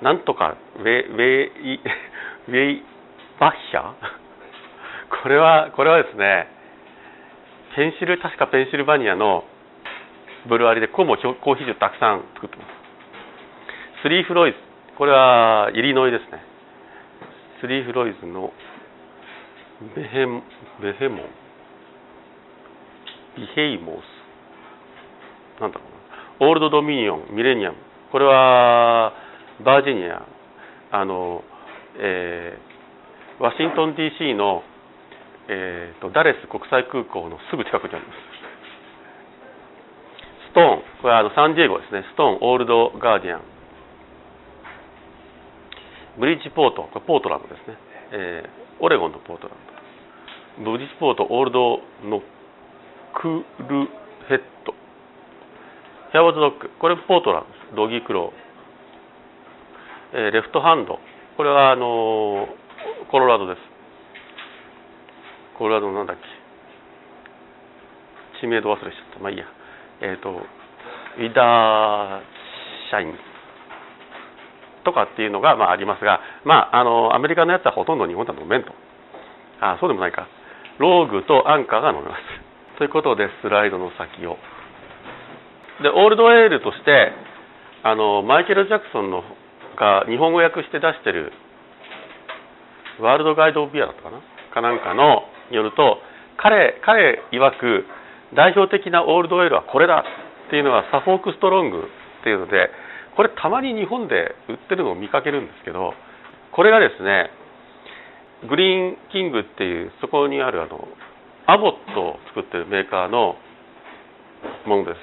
なんとかウェウェイウェイバッヒャーこれはこれはですね、ペンシル確かペンシルバニアのブルワリーでここもコーヒー中たくさん作ってます。スリーフロイズ、これはイリノイですね。スリーフロイズのベヘモベヘモンビヘイモスなんだろうな、オールドドミニオンミレニアム、これはバージニア、あの、えー、ワシントン ディーシー の、えー、とダレス国際空港のすぐ近くにあります。ストーン、これはあのサンディエゴですね。ストーンオールドガーディアン、ブリッジポート、これポートランドですね、えー、オレゴンのポートランド、ブリッジポートオールドのクルヘッド、ヘアワーズドッグ、これポートランドです。ドギークロー、えー、レフトハンド、これはあのー、コロラドです。コロラドのなんだっけ、知名度忘れしちゃった、まあいいや、えっ、ー、とウィダーシャインとかっていうのがまあありますが、まああのアメリカのやつはほとんど日本では飲めんと。あ、そうでもないか。ローグとアンカーが飲めます。ということでスライドの先を。でオールドエールとしてあのマイケル・ジャクソンのが日本語訳して出してるワールドガイド・オブ・ビアだったかなかなんかのによると、彼彼曰く代表的なオールドエールはこれだっていうのはサフォークストロングっていうので、これたまに日本で売ってるのを見かけるんですけど、これがですねグリーンキングっていうそこにあるあのアボットを作ってるメーカーのものです。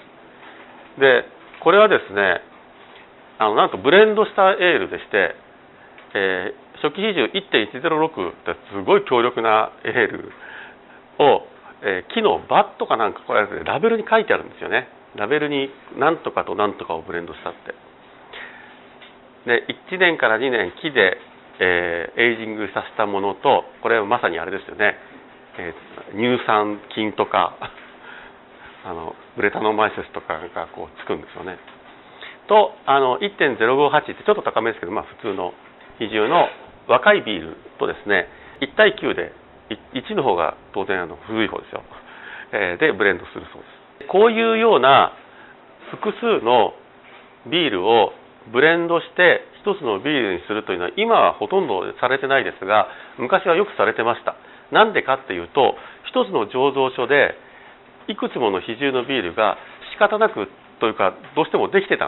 でこれはですねあのなんとブレンドしたエールでして、えー、初期比重 いってんいちゼロろく ってすごい強力なエールを、えー、木のバットかなんかこれラベルに書いてあるんですよね。ラベルになんとかとなんとかをブレンドしたって。でいちねんからにねん木で、えー、エイジングさせたものと、これはまさにあれですよね、えー、乳酸菌とかあのブレタノマイセスとかがこうつくんですよね。とあの いってんゼロごはち ってちょっと高めですけど、まあ、普通の比重の若いビールとですねいち対きゅうでいちの方が当然あの古い方ですよ、えー、でブレンドするそうです。こういうような複数のビールをブレンドして一つのビールにするというのは今はほとんどされてないですが、昔はよくされてました。なんでかっていうと、一つの醸造所でいくつもの比重のビールが仕方なくというかどうしてもできてたんです。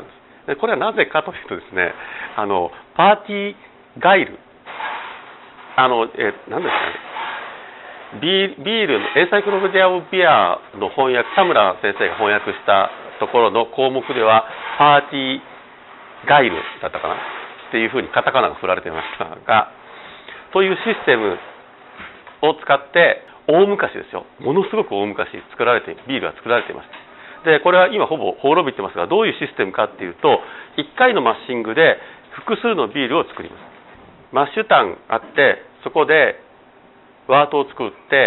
でこれはなぜかというとですね、あのパーティーガイル、あのえ何ですかね、ビービールのエンサイクロペディア・オブ・ビアの翻訳、田村先生が翻訳したところの項目ではパーティーガイルだったかなっていうふうにカタカナが振られていましたが、というシステムを使って大昔ですよ、ものすごく大昔作られてビールが作られていました。でこれは今ほぼ滅びてますが、どういうシステムかっていうと、いっかいのマッシングで複数のビールを作ります。マッシュタンあって、そこでワートを作って、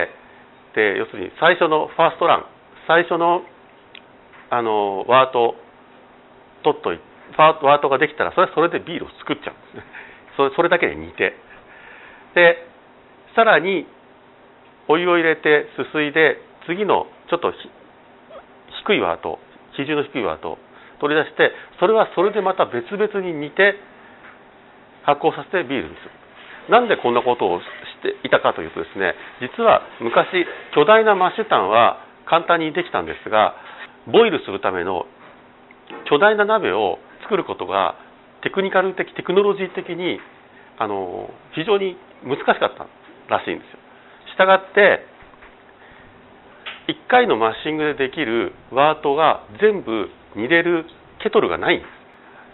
で要するに最初のファーストラン、最初のあのワートを取っといて、ワートができたらそれはそれでビールを作っちゃうんですね。それそれだけで煮て、でさらにお湯を入れてすすいで、次のちょっと低いワート、比重の低いワートを取り出して、それはそれでまた別々に煮て発酵させてビールにする。なんでこんなことをしていたかというとですね、実は昔巨大なマッシュタンは簡単にできたんですが、ボイルするための巨大な鍋を作ることがテクニカル的、テクノロジー的にあの非常に難しかったらしいんですよ。したがっていっかいのマッシングでできるワートが全部煮れるケトルがないんです。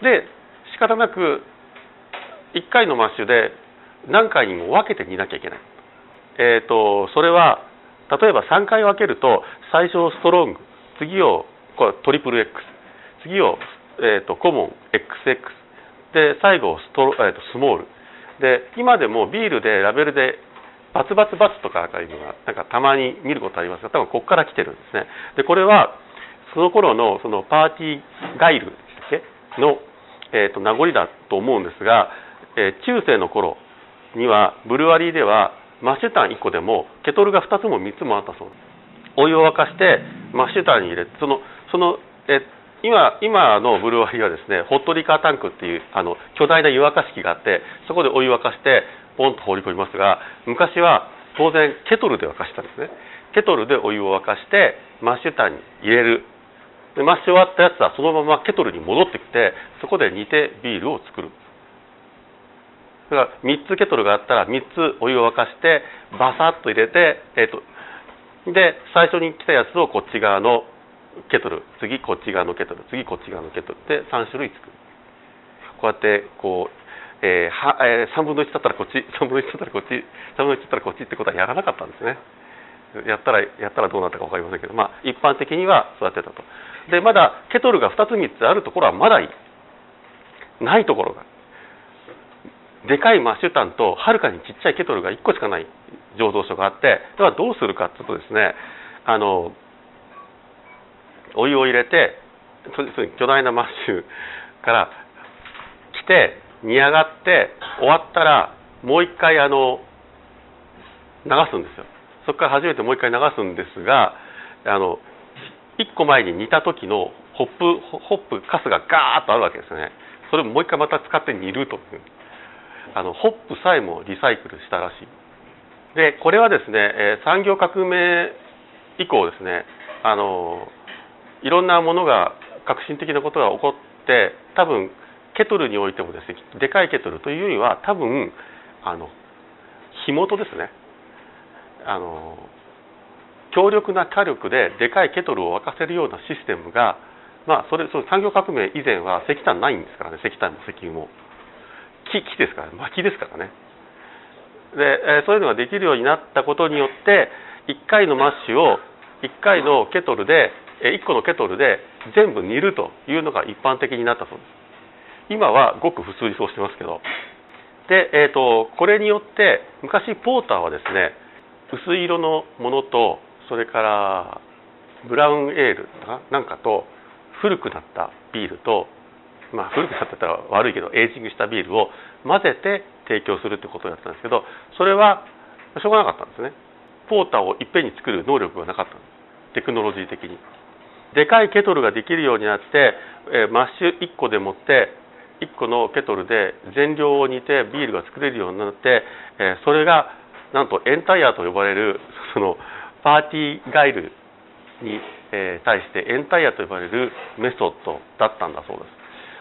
で仕方なくいっかいのマッシュで何回にも分けて煮なきゃいけない。えーとそれは例えばさんかい分けると、最初ストロング、次をこれトリプル X、次を、えーとコモン エックスエックス で最後ストロ、えーとスモールで、今でもビールでラベルでバツバツバツとかいうのがなんかたまに見ることありますが、多分ここから来てるんですね。でこれはその頃のそのパーティーガイルの、えーと名残だと思うんですが、えー中世の頃にはブルワリーではマッシュタンいっこでもケトルがふたつもみっつもあったそうです。お湯を沸かしてマッシュタンに入れて、そのそのえ今今のブルワリーはですね、ホットリカータンクっていうあの巨大な湯沸かし器があって、そこでお湯沸かしてポンと放り込みますが、昔は当然ケトルで沸かしたんですね。ケトルでお湯を沸かしてマッシュタンに入れる。でマッシュ終わったやつはそのままケトルに戻ってきて、そこで煮てビールを作る。だからみっつケトルがあったらみっつお湯を沸かしてバサッと入れて、えー、とで最初に来たやつをこっち側のケトル、次こっち側のケトル、次こっち側のケトルでさん種類作る。こうやってこう、えーはえー、さんぶんのいちだったらこっち、さんぶんのいちだったらこっち、さんぶんのいちだったらこっちってことはやらなかったんですね。やったらやったらどうなったか分かりませんけど、まあ一般的にはそうやってたと。でまだケトルがふたつみっつあるところはまだいい。ないところが、でかいマッシュタンとはるかにちっちゃいケトルがいっこしかない醸造所があって、ではどうするかというとですね、あのお湯を入れて、巨大なマッシュから来て煮上がって終わったらもう一回あの流すんですよ。そこから初めてもう一回流すんですが、あのいっこまえに煮た時のホップホップカスがガーッとあるわけですね。それをもう一回また使って煮るという、あのホップさえもリサイクルしたらしい。でこれはですね、えー、産業革命以降ですね、あのいろんなものが革新的なことが起こって、多分ケトルにおいてもですね、でかいケトルというよりは多分あの火元ですね、あの強力な火力ででかいケトルを沸かせるようなシステムが、まあそれその産業革命以前は石炭ないんですからね、石炭も石油も木木ですから、薪ですからね。で、えー、そういうのができるようになったことによって、いっかいのマッシュをいっかいのケトルで、えー、いっこのケトルで全部煮るというのが一般的になったそうです。今はごく普通にそうしてますけど。で、えーと、これによって昔ポーターはですね、薄い色のものと、それからブラウンエールなんかと古くなったビールと、まあ古くなってたら悪いけどエイジングしたビールを混ぜて提供するってことをやってたんですけど、それはしょうがなかったんですね。ポーターをいっぺんに作る能力がなかったんです、テクノロジー的に。でかいケトルができるようになって、えー、マッシュいっこでもっていっこのケトルで全量を煮てビールが作れるようになって、えー、それがなんとエンタイヤと呼ばれるそのパーティーガイルに、えー、対してエンタイヤと呼ばれるメソッドだったんだそうです。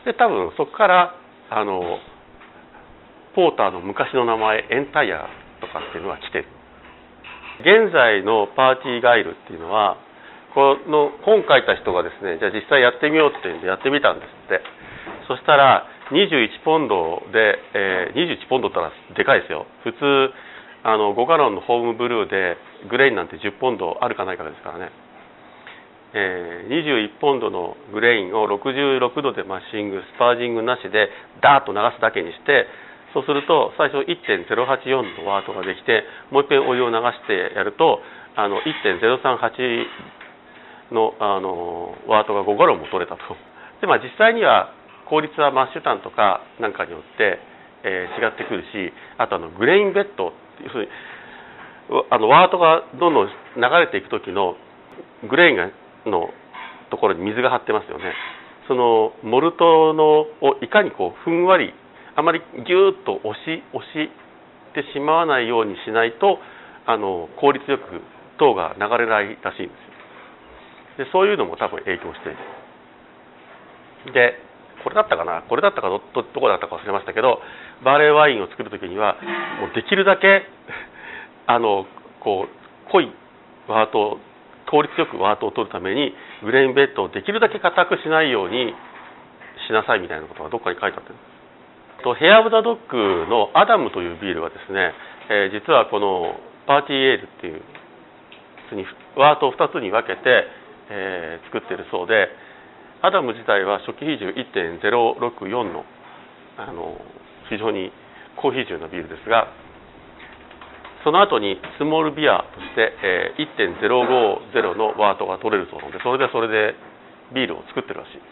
で多分そこからあのポーターの昔の名前エンタイヤとかっていうのが来てる。現在のパーティーガイルっていうのはこの本書いた人がですね、じゃあ実際やってみようっていうんでやってみたんですって。そしたらにじゅういちポンドで、えー、にじゅういちポンドってのはでかいですよ。普通あのごガロンのホームブルーでグレインなんてじゅうポンドあるかないかですからね。えー、にじゅういちポンドのグレインをろくじゅうろくどでマッシングスパージングなしでダーッと流すだけにして、そうすると最初 いってんゼロはちよん のワートができて、もう一遍お湯を流してやるとあの いってんゼロさんはち の, あのワートがごガロンも取れたと。で、まあ、実際には効率はマッシュタンとかなんかによって、えー、違ってくるし、あとあのグレインベッド、要するにあのワートがどんどん流れていく時のグレインがのところに水が張ってますよね。そのモルトのをいかにこうふんわり、あまりギューッと押し押してしまわないようにしないとあの効率よく糖が流れないらしいんですよ。でそういうのも多分影響している。でこれだったかなこれだったか ど, ど, どこだったか忘れましたけど、バーレーワインを作る時にはもうできるだけあのこう濃いワートを効率よくワートを取るためにグレインベッドをできるだけ硬くしないようにしなさいみたいなことがどっかに書いてあってる。とヘアオブザドッグのアダムというビールはですね、えー、実はこのパーティーエールっていうワートをふたつに分けて、えー、作っているそうで、アダム自体は初期比重 いってんゼロろくよん の, あの非常に高比重のビールですが、その後にスモールビアとして、えー、いってんゼロごゼロ のワートが取れるそうなので、それでそれでビールを作ってるらしい。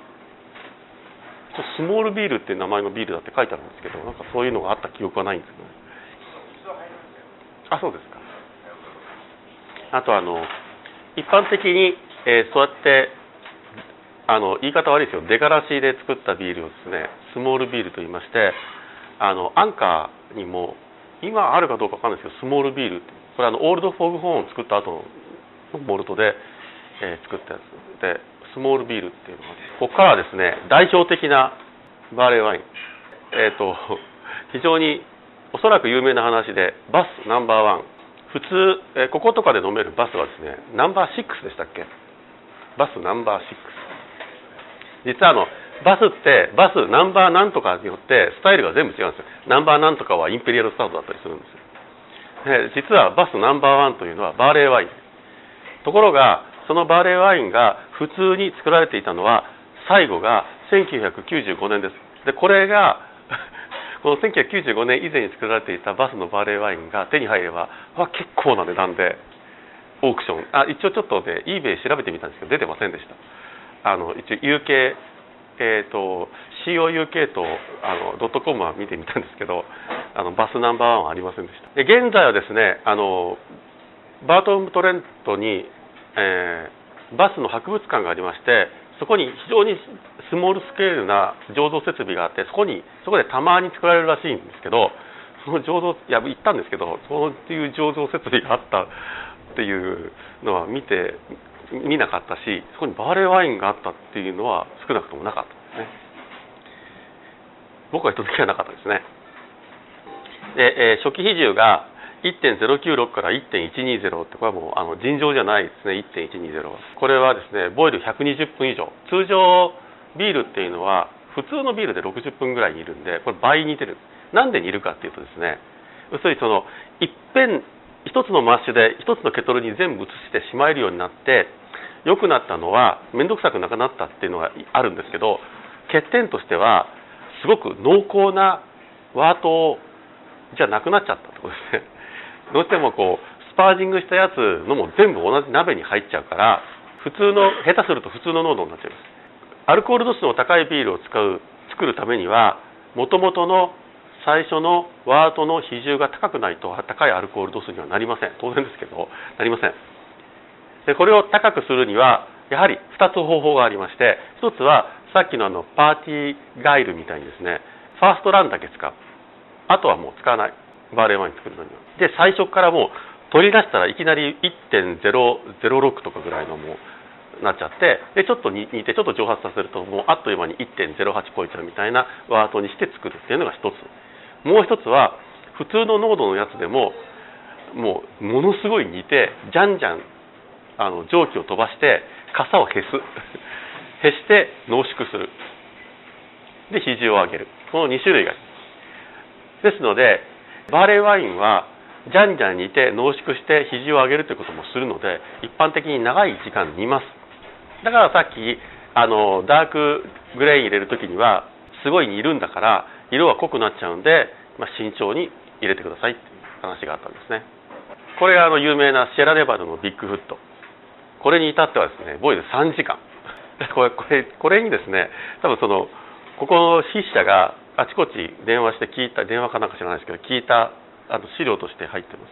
スモールビールっていう名前のビールだって書いてあるんですけど、なんかそういうのがあった記憶はないんですけどね。あ、そうですか。あとあの一般的に、えー、そうやってあの言い方悪いですよ、出がらしで作ったビールをですね、スモールビールと言いまして、あのアンカーにも今あるかどうかわかんないですけど、スモールビールって、これあのオールドフォーグホーンを作った後のモルトで、えー、作ったやつで、スモールビールっていうのが、ここからはですね、代表的なバーレーワイン、えーと非常におそらく有名な話で、バスナンバーワン、普通、えー、こことかで飲めるバスはですね、ナンバーシックスでしたっけ？バスナンバーシックス。実はあのバスってバスナンバーなんとかによってスタイルが全部違うんですよ。ナンバーなんとかはインペリアルスタートだったりするんですよ。で実はバスナンバーワンというのはバーレーワイン。ところがそのバーレーワインが普通に作られていたのは最後がせんきゅうひゃくきゅうじゅうごねんです。でこれがこのせんきゅうひゃくきゅうじゅうごねん以前に作られていたバスのバーレーワインが手に入れば結構な値段でオークション、あ一応ちょっとね eBay 調べてみたんですけど出てませんでした。あの一応 ユーケー、えー、と シーオーユーケー とあのドットコムは見てみたんですけど、あのバスナンバーワンはありませんでした。で現在はですね、あのバートントレントに、えー、バスの博物館がありまして、そこに非常にスモールスケールな醸造設備があって、そこにそこでたまに作られるらしいんですけど、その醸造いや行ったんですけど、そういう醸造設備があったっていうのは見て見なかったし、そこにバーレーワインがあったっていうのは少なくともなかったですね。僕は行った時はなかったですね。で、えー、初期比重が いってんゼロきゅうろく から いってんいちにゼロ ってこれはもうあの尋常じゃないですね。 いってんいちにゼロ はこれはですねボイルひゃくにじゅっぷん以上、通常ビールっていうのは普通のビールでろくじゅっぷんぐらい煮るんで、これ倍煮てる。なんで煮るかっていうとですね、要するにそのいっぺん一つのマッシュで一つのケトルに全部移してしまえるようになって良くなったのは面倒くさくなくなったっていうのがあるんですけど、欠点としてはすごく濃厚なワートじゃなくなっちゃったってことですね。どうしてもこうスパージングしたやつのも全部同じ鍋に入っちゃうから、普通の下手すると普通の濃度になっちゃいます。アルコール度数の高いビールを使う作るためにはもともとの最初のワートの比重が高くないと高いアルコール度数にはなりません。当然ですけどなりません。でこれを高くするにはやはりふたつ方法がありまして、ひとつはさっきのあのパーティーガイルみたいにですね、ファーストランだけ使う。あとはもう使わない。バーレーワイン作るのには。で最初からもう取り出したらいきなり いってんゼロゼロろく とかぐらいのもうなっちゃって、でちょっと煮てちょっと蒸発させるともうあっという間に いってんゼロはち 超えちゃうみたいなワートにして作るっていうのが一つ。もう一つは普通の濃度のやつでももうものすごい煮てじゃんじゃんあの蒸気を飛ばして傘をへすへして濃縮するで比重を上げる、このに種類があります。ですのでバーレーワインはじゃんじゃん煮て濃縮して比重を上げるということもするので一般的に長い時間煮ます。だからさっきあのダークグレーン入れる時にはすごい煮るんだから色が濃くなっちゃうんで、まあ、慎重に入れてくださいっていう話があったんですね。これがあの有名なシェラネバドのビッグフット、これに至ってはですねボイルさんじかんこれこれこれにですね多分そのここの筆者があちこち電話して聞いた電話かなんか知らないですけど聞いたあの資料として入ってます。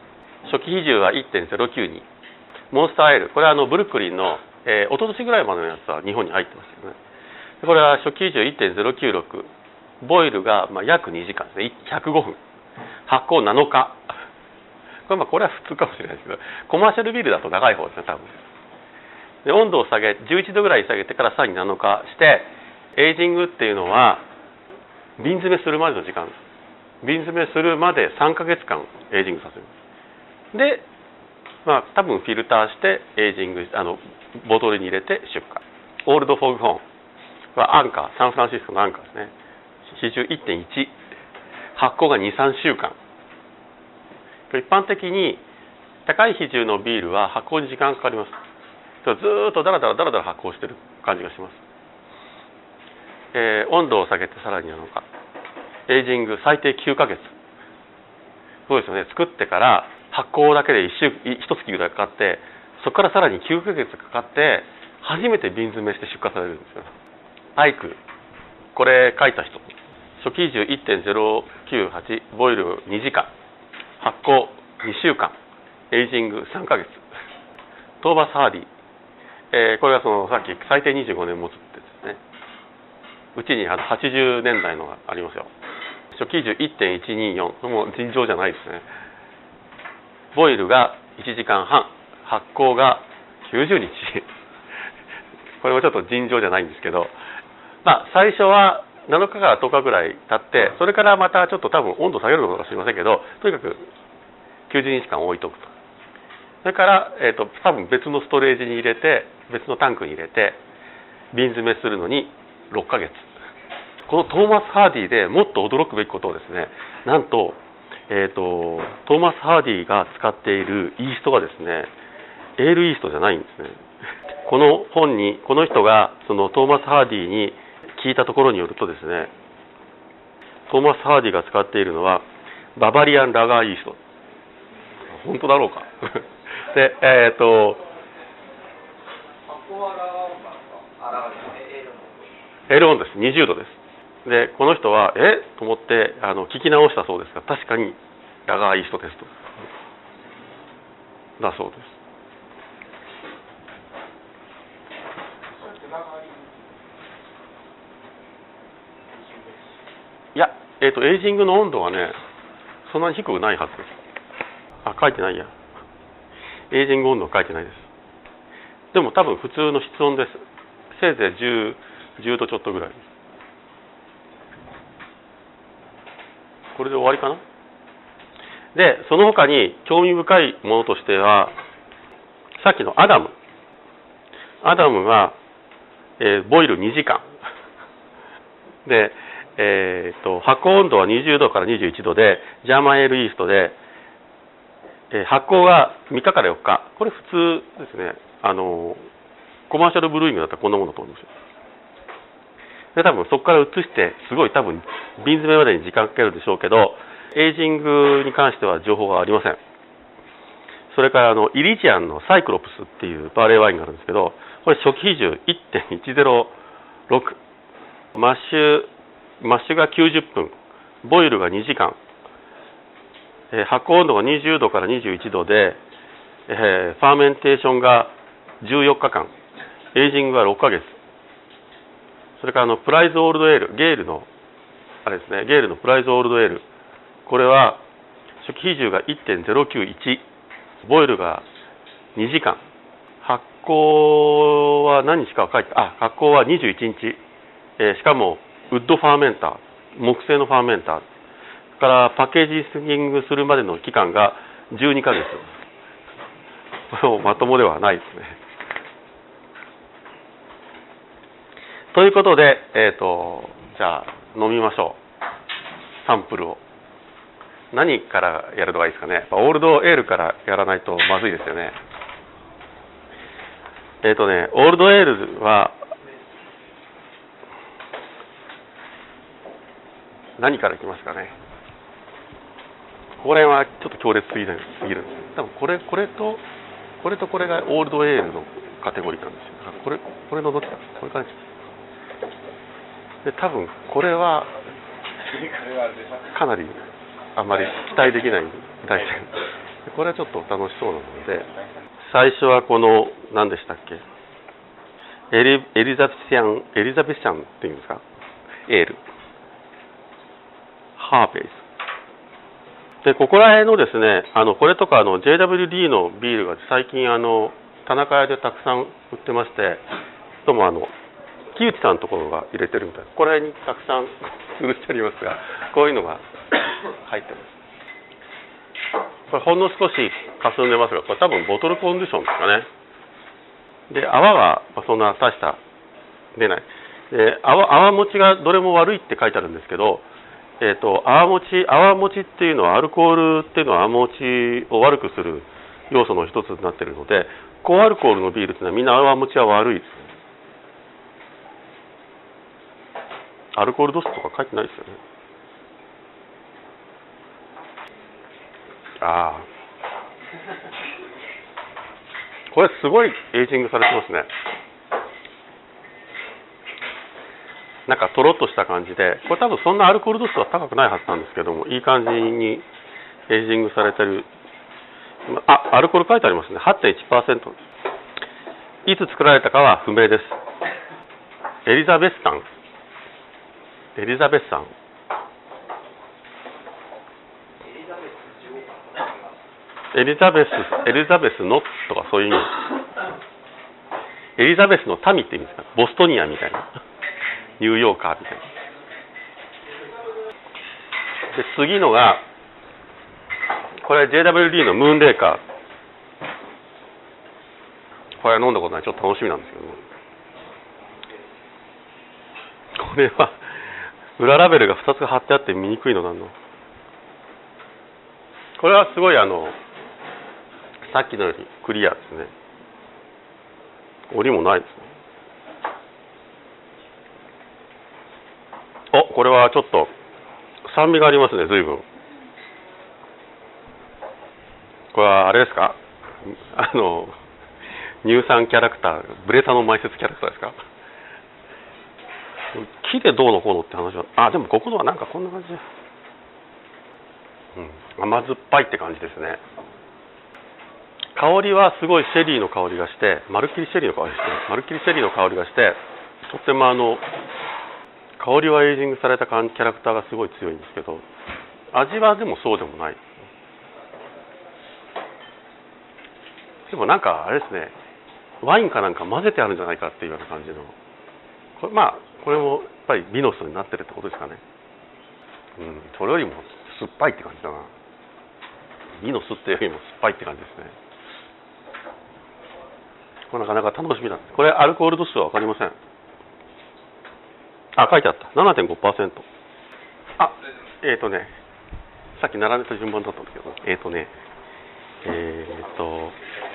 初期比重は いってんゼロきゅうに、モンスターエール、これはあのブルックリンの、えー、一昨年ぐらいまでのやつは日本に入ってますけどね。これは初期比重 いってんゼロきゅうろく、ボイルがまあ約にじかんですね、ひゃくごふん、発酵なのか、これまあこれは普通かもしれないですけど、コマーシャルビールだと長い方ですね多分。で温度を下げじゅういちどぐらい下げてからさらになのかして、エイジングっていうのは瓶詰めするまでの時間です。瓶詰めするまでさんかげつかんエイジングさせる。で、まあ多分フィルターしてエイジングあのボトルに入れて出荷。オールドフォグホーンはアンカー、サンフランシスコのアンカーですね。比重 いってんいち、発酵がにさんしゅうかん。一般的に高い比重のビールは発酵に時間かかります。ずーっとダラダラダラダラ発酵してる感じがします。えー、温度を下げてさらになのか。エイジング最低きゅうかげつ。そうですよね。作ってから発酵だけでいっしゅういちがつぐらいかかって、そこからさらにきゅうかげつかかって初めて瓶詰めして出荷されるんですよ。パイク、これ書いた人、初期比重 いってんゼロきゅうはち、ボイルにじかん、発酵にしゅうかん、エイジングさんかげつ。トーマス・ハーディ、えー、これがそのさっき最低にじゅうごねん持つってですね。うちにあのはちじゅうねんだいのがありますよ。初期比重 いってんいちによん、もう尋常じゃないですね。ボイルがいちじかんはん、発酵がきゅうじゅうにちこれもちょっと尋常じゃないんですけど、まあ最初はなのかからとおかぐらい経って、それからまたちょっと多分温度下げるのかもしれませんけど、とにかくきゅうじゅうにちかん置いとくと。それから、えーと、多分別のストレージに入れて別のタンクに入れて瓶詰めするのにろっかげつ。このトーマス・ハーディでもっと驚くべきことをですね、なんと、えーと、トーマス・ハーディが使っているイーストがですね、エールイーストじゃないんですね。この本にこの人がそのトーマス・ハーディに聞いたところによるとですね、トーマス・ハーディが使っているのはババリアン・ラガーイースト。本当だろうかで、えっ、ー、とエールオンです。にじゅうどです。でこの人はえと思ってあの聞き直したそうですが、確かにラガーイーストテストだそうです。いや、えーと、エイジングの温度はねそんなに低くないはずです。あ、書いてないや。エイジング温度は書いてないです。でも多分普通の室温です。せいぜいじゅう、じゅうどちょっとぐらい。これで終わりかな。でその他に興味深いものとしては、さっきのアダムアダムは、えー、ボイルにじかんで、えー、と発酵温度はにじゅうどからにじゅういちどでジャーマンエールイーストで、えー、発酵がみっかからよっか。これ普通ですね。あのコマーシャルブルーイングだったらこんなものだと思うんですよ。で多分そこから移してすごい多分瓶詰めまでに時間かけるでしょうけど、エイジングに関しては情報がありません。それからあのイリジアンのサイクロプスっていうバーレーワインがあるんですけど、これ初期比重 いってんいちゼロろく、マッシュマッシュがきゅうじゅっぷん、ボイルがにじかん、えー、発酵温度がにじゅうどからにじゅういちどで、えー、ファーメンテーションがじゅうよっかかん、エイジングがろっかげつ。それからあのプライズオールドエール、ゲールのあれですね、ゲールのプライズオールドエール、これは初期比重が いってんゼロきゅういち、ボイルがにじかん、 発酵は何日かは書いて、あ、発酵はにじゅういちにち、えー、しかもウッドファーメンター、木製のファーメンター、それからパッケージスニングするまでの期間がじゅうにかげつ。これもまともではないですね。ということで、えっと、じゃあ飲みましょう。サンプルを。何からやるのがいいですかね。やっぱオールドエールからやらないとまずいですよね。えっとね、オールドエールは何からいきますかね。これはちょっと強烈すぎるすぎるんです。多分これこれとこれとこれがオールドエールのカテゴリーなんですよ。だからこれこれのどっちかこれからで多分これはかなりあまり期待できない大事。これはちょっと楽しそうなので、最初はこの何でしたっけ、エリエリザベシャンエリザベシャンっていうんですか、エールハーベイスで、ここら辺のですね、あのこれとかあの ジェイダブリューディー のビールが最近あの田中屋でたくさん売ってまして、ともあの木内さんのところが入れてるみたいな、これにたくさん売ってありますが、こういうのが入ってます。これほんの少し霞んでますが、これ多分ボトルコンディションですかね。で、泡はそんな大した出ない。で、泡泡持ちがどれも悪いって書いてあるんですけど、えっと泡持ち泡持ちっていうのはアルコールっていうのは泡持ちを悪くする要素の一つになっているので、高アルコールのビールっていうのはみんな泡持ちは悪いです。アルコール度数とか書いてないですよね。ああ、これすごいエイジングされてますね。なんかとろっとした感じで、これ多分そんなアルコール度数は高くないはずなんですけども、いい感じにエイジングされてる。あ、アルコール書いてありますね。 はちてんいちパーセント。 いつ作られたかは不明です。エリザベスさんエリザベスさんエリザベスエリザベスのとかそういう意味。エリザベスの民って意味ですか。ボストニアみたいな、ニューヨーカーみたいな。で、次のがこれ ジェイダブリューディー のムーンレーカー。これは飲んだことない、ちょっと楽しみなんですけども、これは裏ラベルがふたつ貼ってあって見にくいのなんの。これはすごいあのさっきのよりクリアですね。折りもないですね。お、これはちょっと酸味がありますね、随分。これはあれですか、あの乳酸キャラクター、ブレタの埋設キャラクターですか。木でどうのこうのって話は、あ、でもここのはなんかこんな感じで、うん、甘酸っぱいって感じですね。香りはすごいシェリーの香りがして、まるっきりシェリーの香りがして、まるっきりシェリーの香りがして、とってもあの香りはエイジングされたキャラクターがすごい強いんですけど、味はでもそうでもない。でもなんかあれですね、ワインかなんか混ぜてあるんじゃないかっていうような感じの、これまあこれもやっぱりビノスになってるってことですかね。うん、それよりも酸っぱいって感じだな。ビノスっていうよりも酸っぱいって感じですね。これなかなか楽しみなんです。これアルコール度数は分かりません。あ、書いてあった。ななてんごパーセント。あ、えっ、ー、とね、さっき並べた順番だったんですけど、えっ、ー、とね、えっ、ー、と、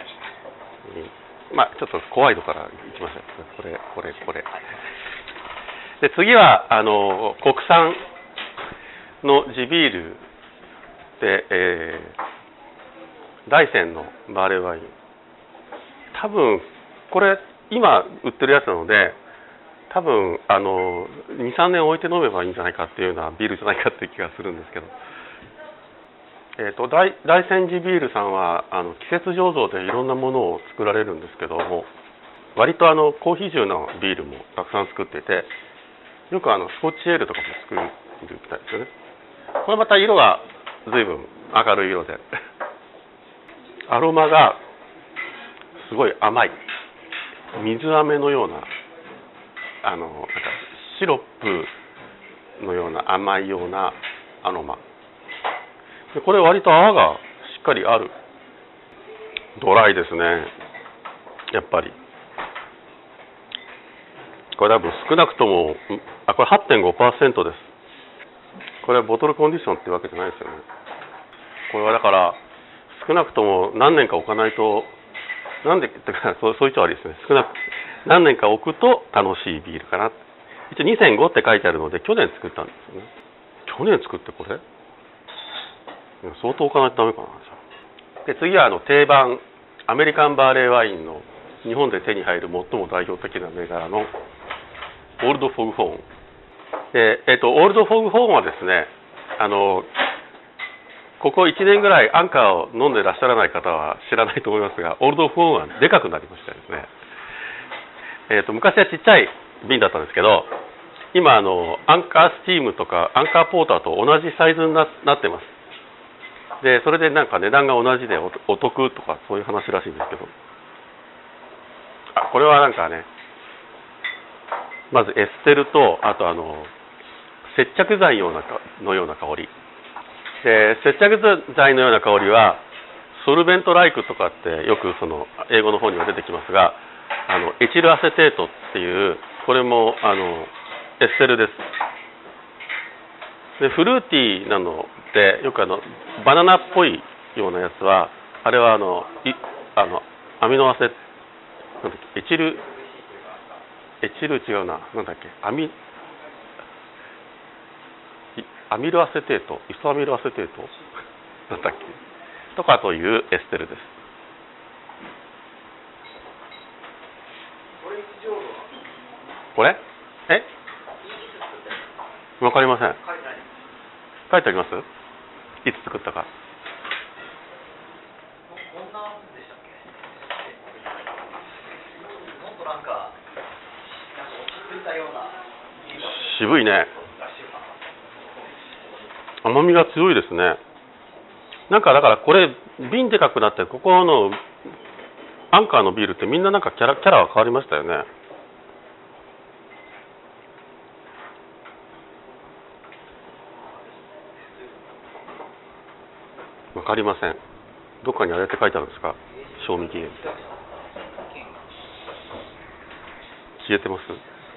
まあちょっと怖いのからいきましょう。これ、これ、これ。で、次は、あの、国産の地ビールで、えー、大山のバーレーワイン。多分、これ、今売ってるやつなので、多分、あの、に、さんねん置いて飲めばいいんじゃないかっていうようなビールじゃないかっていう気がするんですけど。えーと、大大山地ビールさんはあの季節醸造でいろんなものを作られるんですけども、割とあのコーヒー種のビールもたくさん作っていて、よくあのスコッチエールとかも作るみたいですよね。これまた色が随分明るい色でアロマがすごい甘い水飴のようなあのなんかシロップのような甘いようなアロマで、これ割と泡がしっかりある。ドライですね、やっぱり。これ多分少なくともあこれ はってんごパーセント です。これはボトルコンディションってわけじゃないですよね。これはだから少なくとも何年か置かないと、なんでってかそうそういう人はありですね。少なく何年か置くと楽しいビールかな。一応にせんごって書いてあるので去年作ったんですよね。去年作ってこれ相当置かないとダメかな。で次はあの定番アメリカンバーレーワインの日本で手に入る最も代表的な銘柄のオールドフォグホーンで、えっと、オールドフォグホーンはですね、あのここいちねんぐらいアンカーを飲んでらっしゃらない方は知らないと思いますが、オールドフォグホーンはでかくなりましたですね。えっと、昔はちっちゃい瓶だったんですけど、今あのアンカースチームとかアンカーポーターと同じサイズに な, なってます。でそれでなんか値段が同じで お, お得とかそういう話らしいんですけど、あこれはなんかね、まずエステルとあとあの接着剤ようなのような香りで、接着剤のような香りはソルベントライクとかってよくその英語の方には出てきますが、あのエチルアセテートっていうこれもあのエステルです。でフルーティーなのでよくあのバナナっぽいようなやつはあれはあのいあのアミノアセなんだっけエチルエチル違うななんだっけアミアミルアセテートイソアミルアセテートなんだっけとかというエステルです。これえわかりません。書いてあります？いつ作ったか。渋いね。甘みが強いですね。なんかだからこれ瓶でかくなってここのアンカーのビールってみんななんかキャラキャラは変わりましたよね。わかりません。どっかにあれって書いてあるんですか？賞味期限って消えてます？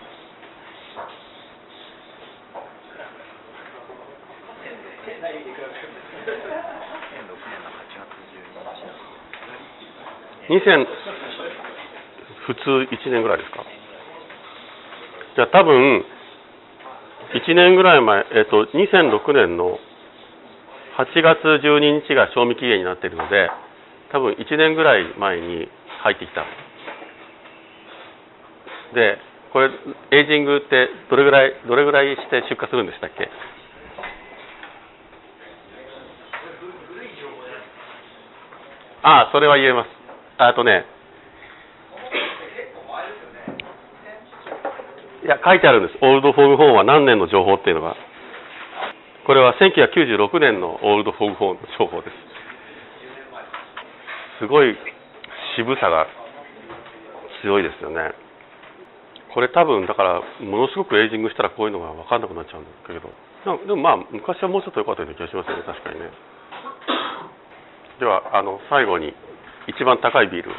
にせん普通いちねんぐらいですか？じゃあ多分いちねんぐらい前、えっとにせんろくねんのはちがつじゅうににちが賞味期限になっているので、多分いちねんぐらい前に入ってきた。で、これエイジングってどれぐらいどれぐらいして出荷するんでしたっけ？ああ、それは言えます。あとね、いや書いてあるんです。オールドフォグホーンは何年の情報っていうのが。これはせんきゅうひゃくきゅうじゅうろくねんのオールドフォグホーンの情報です。すごい渋さが強いですよね。これ多分だからものすごくエイジングしたらこういうのが分かんなくなっちゃうんだけど、でもまあ昔はもうちょっと良かったような気がしますよね、確かにね。ではあの最後に一番高いビール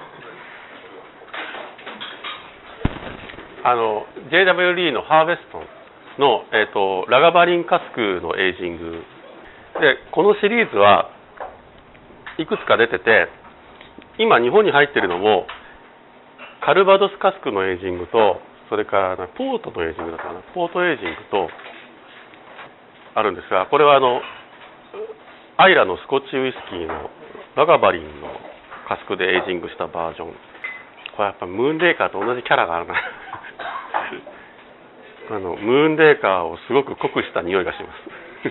あの ジェイダブリュー リーのハーベストの、えーと、ラガバリンカスクのエイジングで、このシリーズはいくつか出てて、今日本に入ってるのもカルバドスカスクのエイジングと、それからポートのエイジングだったかな、ポートエイジングとあるんですが、これはあのアイラのスコッチウイスキーのラガバリンのカスクでエイジングしたバージョン。これやっぱムーンレーカーと同じキャラがあるなあのムーンレーカーをすごく濃くした匂いがします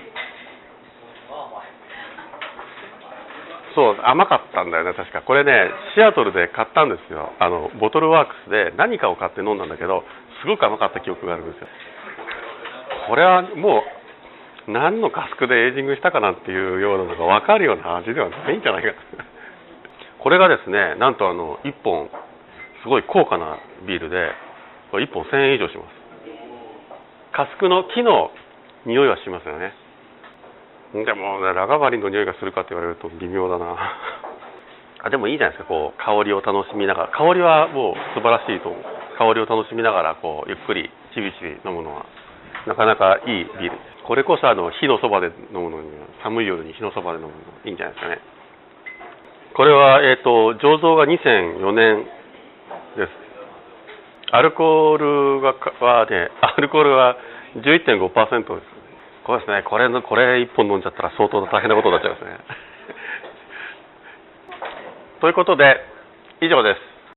そう甘かったんだよね、確か。これねシアトルで買ったんですよ。あのボトルワークスで何かを買って飲んだんだけど、すごく甘かった記憶があるんですよ。これはもう何のカスクでエイジングしたかなんていうようなのが分かるような味ではないんじゃないかこれがですね、なんとあのいっぽんすごい高価なビールで、これいっぽんせんえん以上します。カスクの木の匂いはしますよね。でもラガバリンの匂いがするかって言われると微妙だな。あ、でもいいじゃないですか。こう香りを楽しみながら、香りはもう素晴らしいと思う。香りを楽しみながらこうゆっくりちびちび飲むのはなかなかいいビール。これこそあの火のそばで飲むのには、寒い夜に火のそばで飲むのいいんじゃないですかね。これは、えーと、醸造がにせんよねんです。アルコールがはね、アルコールは じゅういってんごパーセント です。これですね、これのこれいっぽん飲んじゃったら相当大変なことになっちゃいますね。ということで以上です。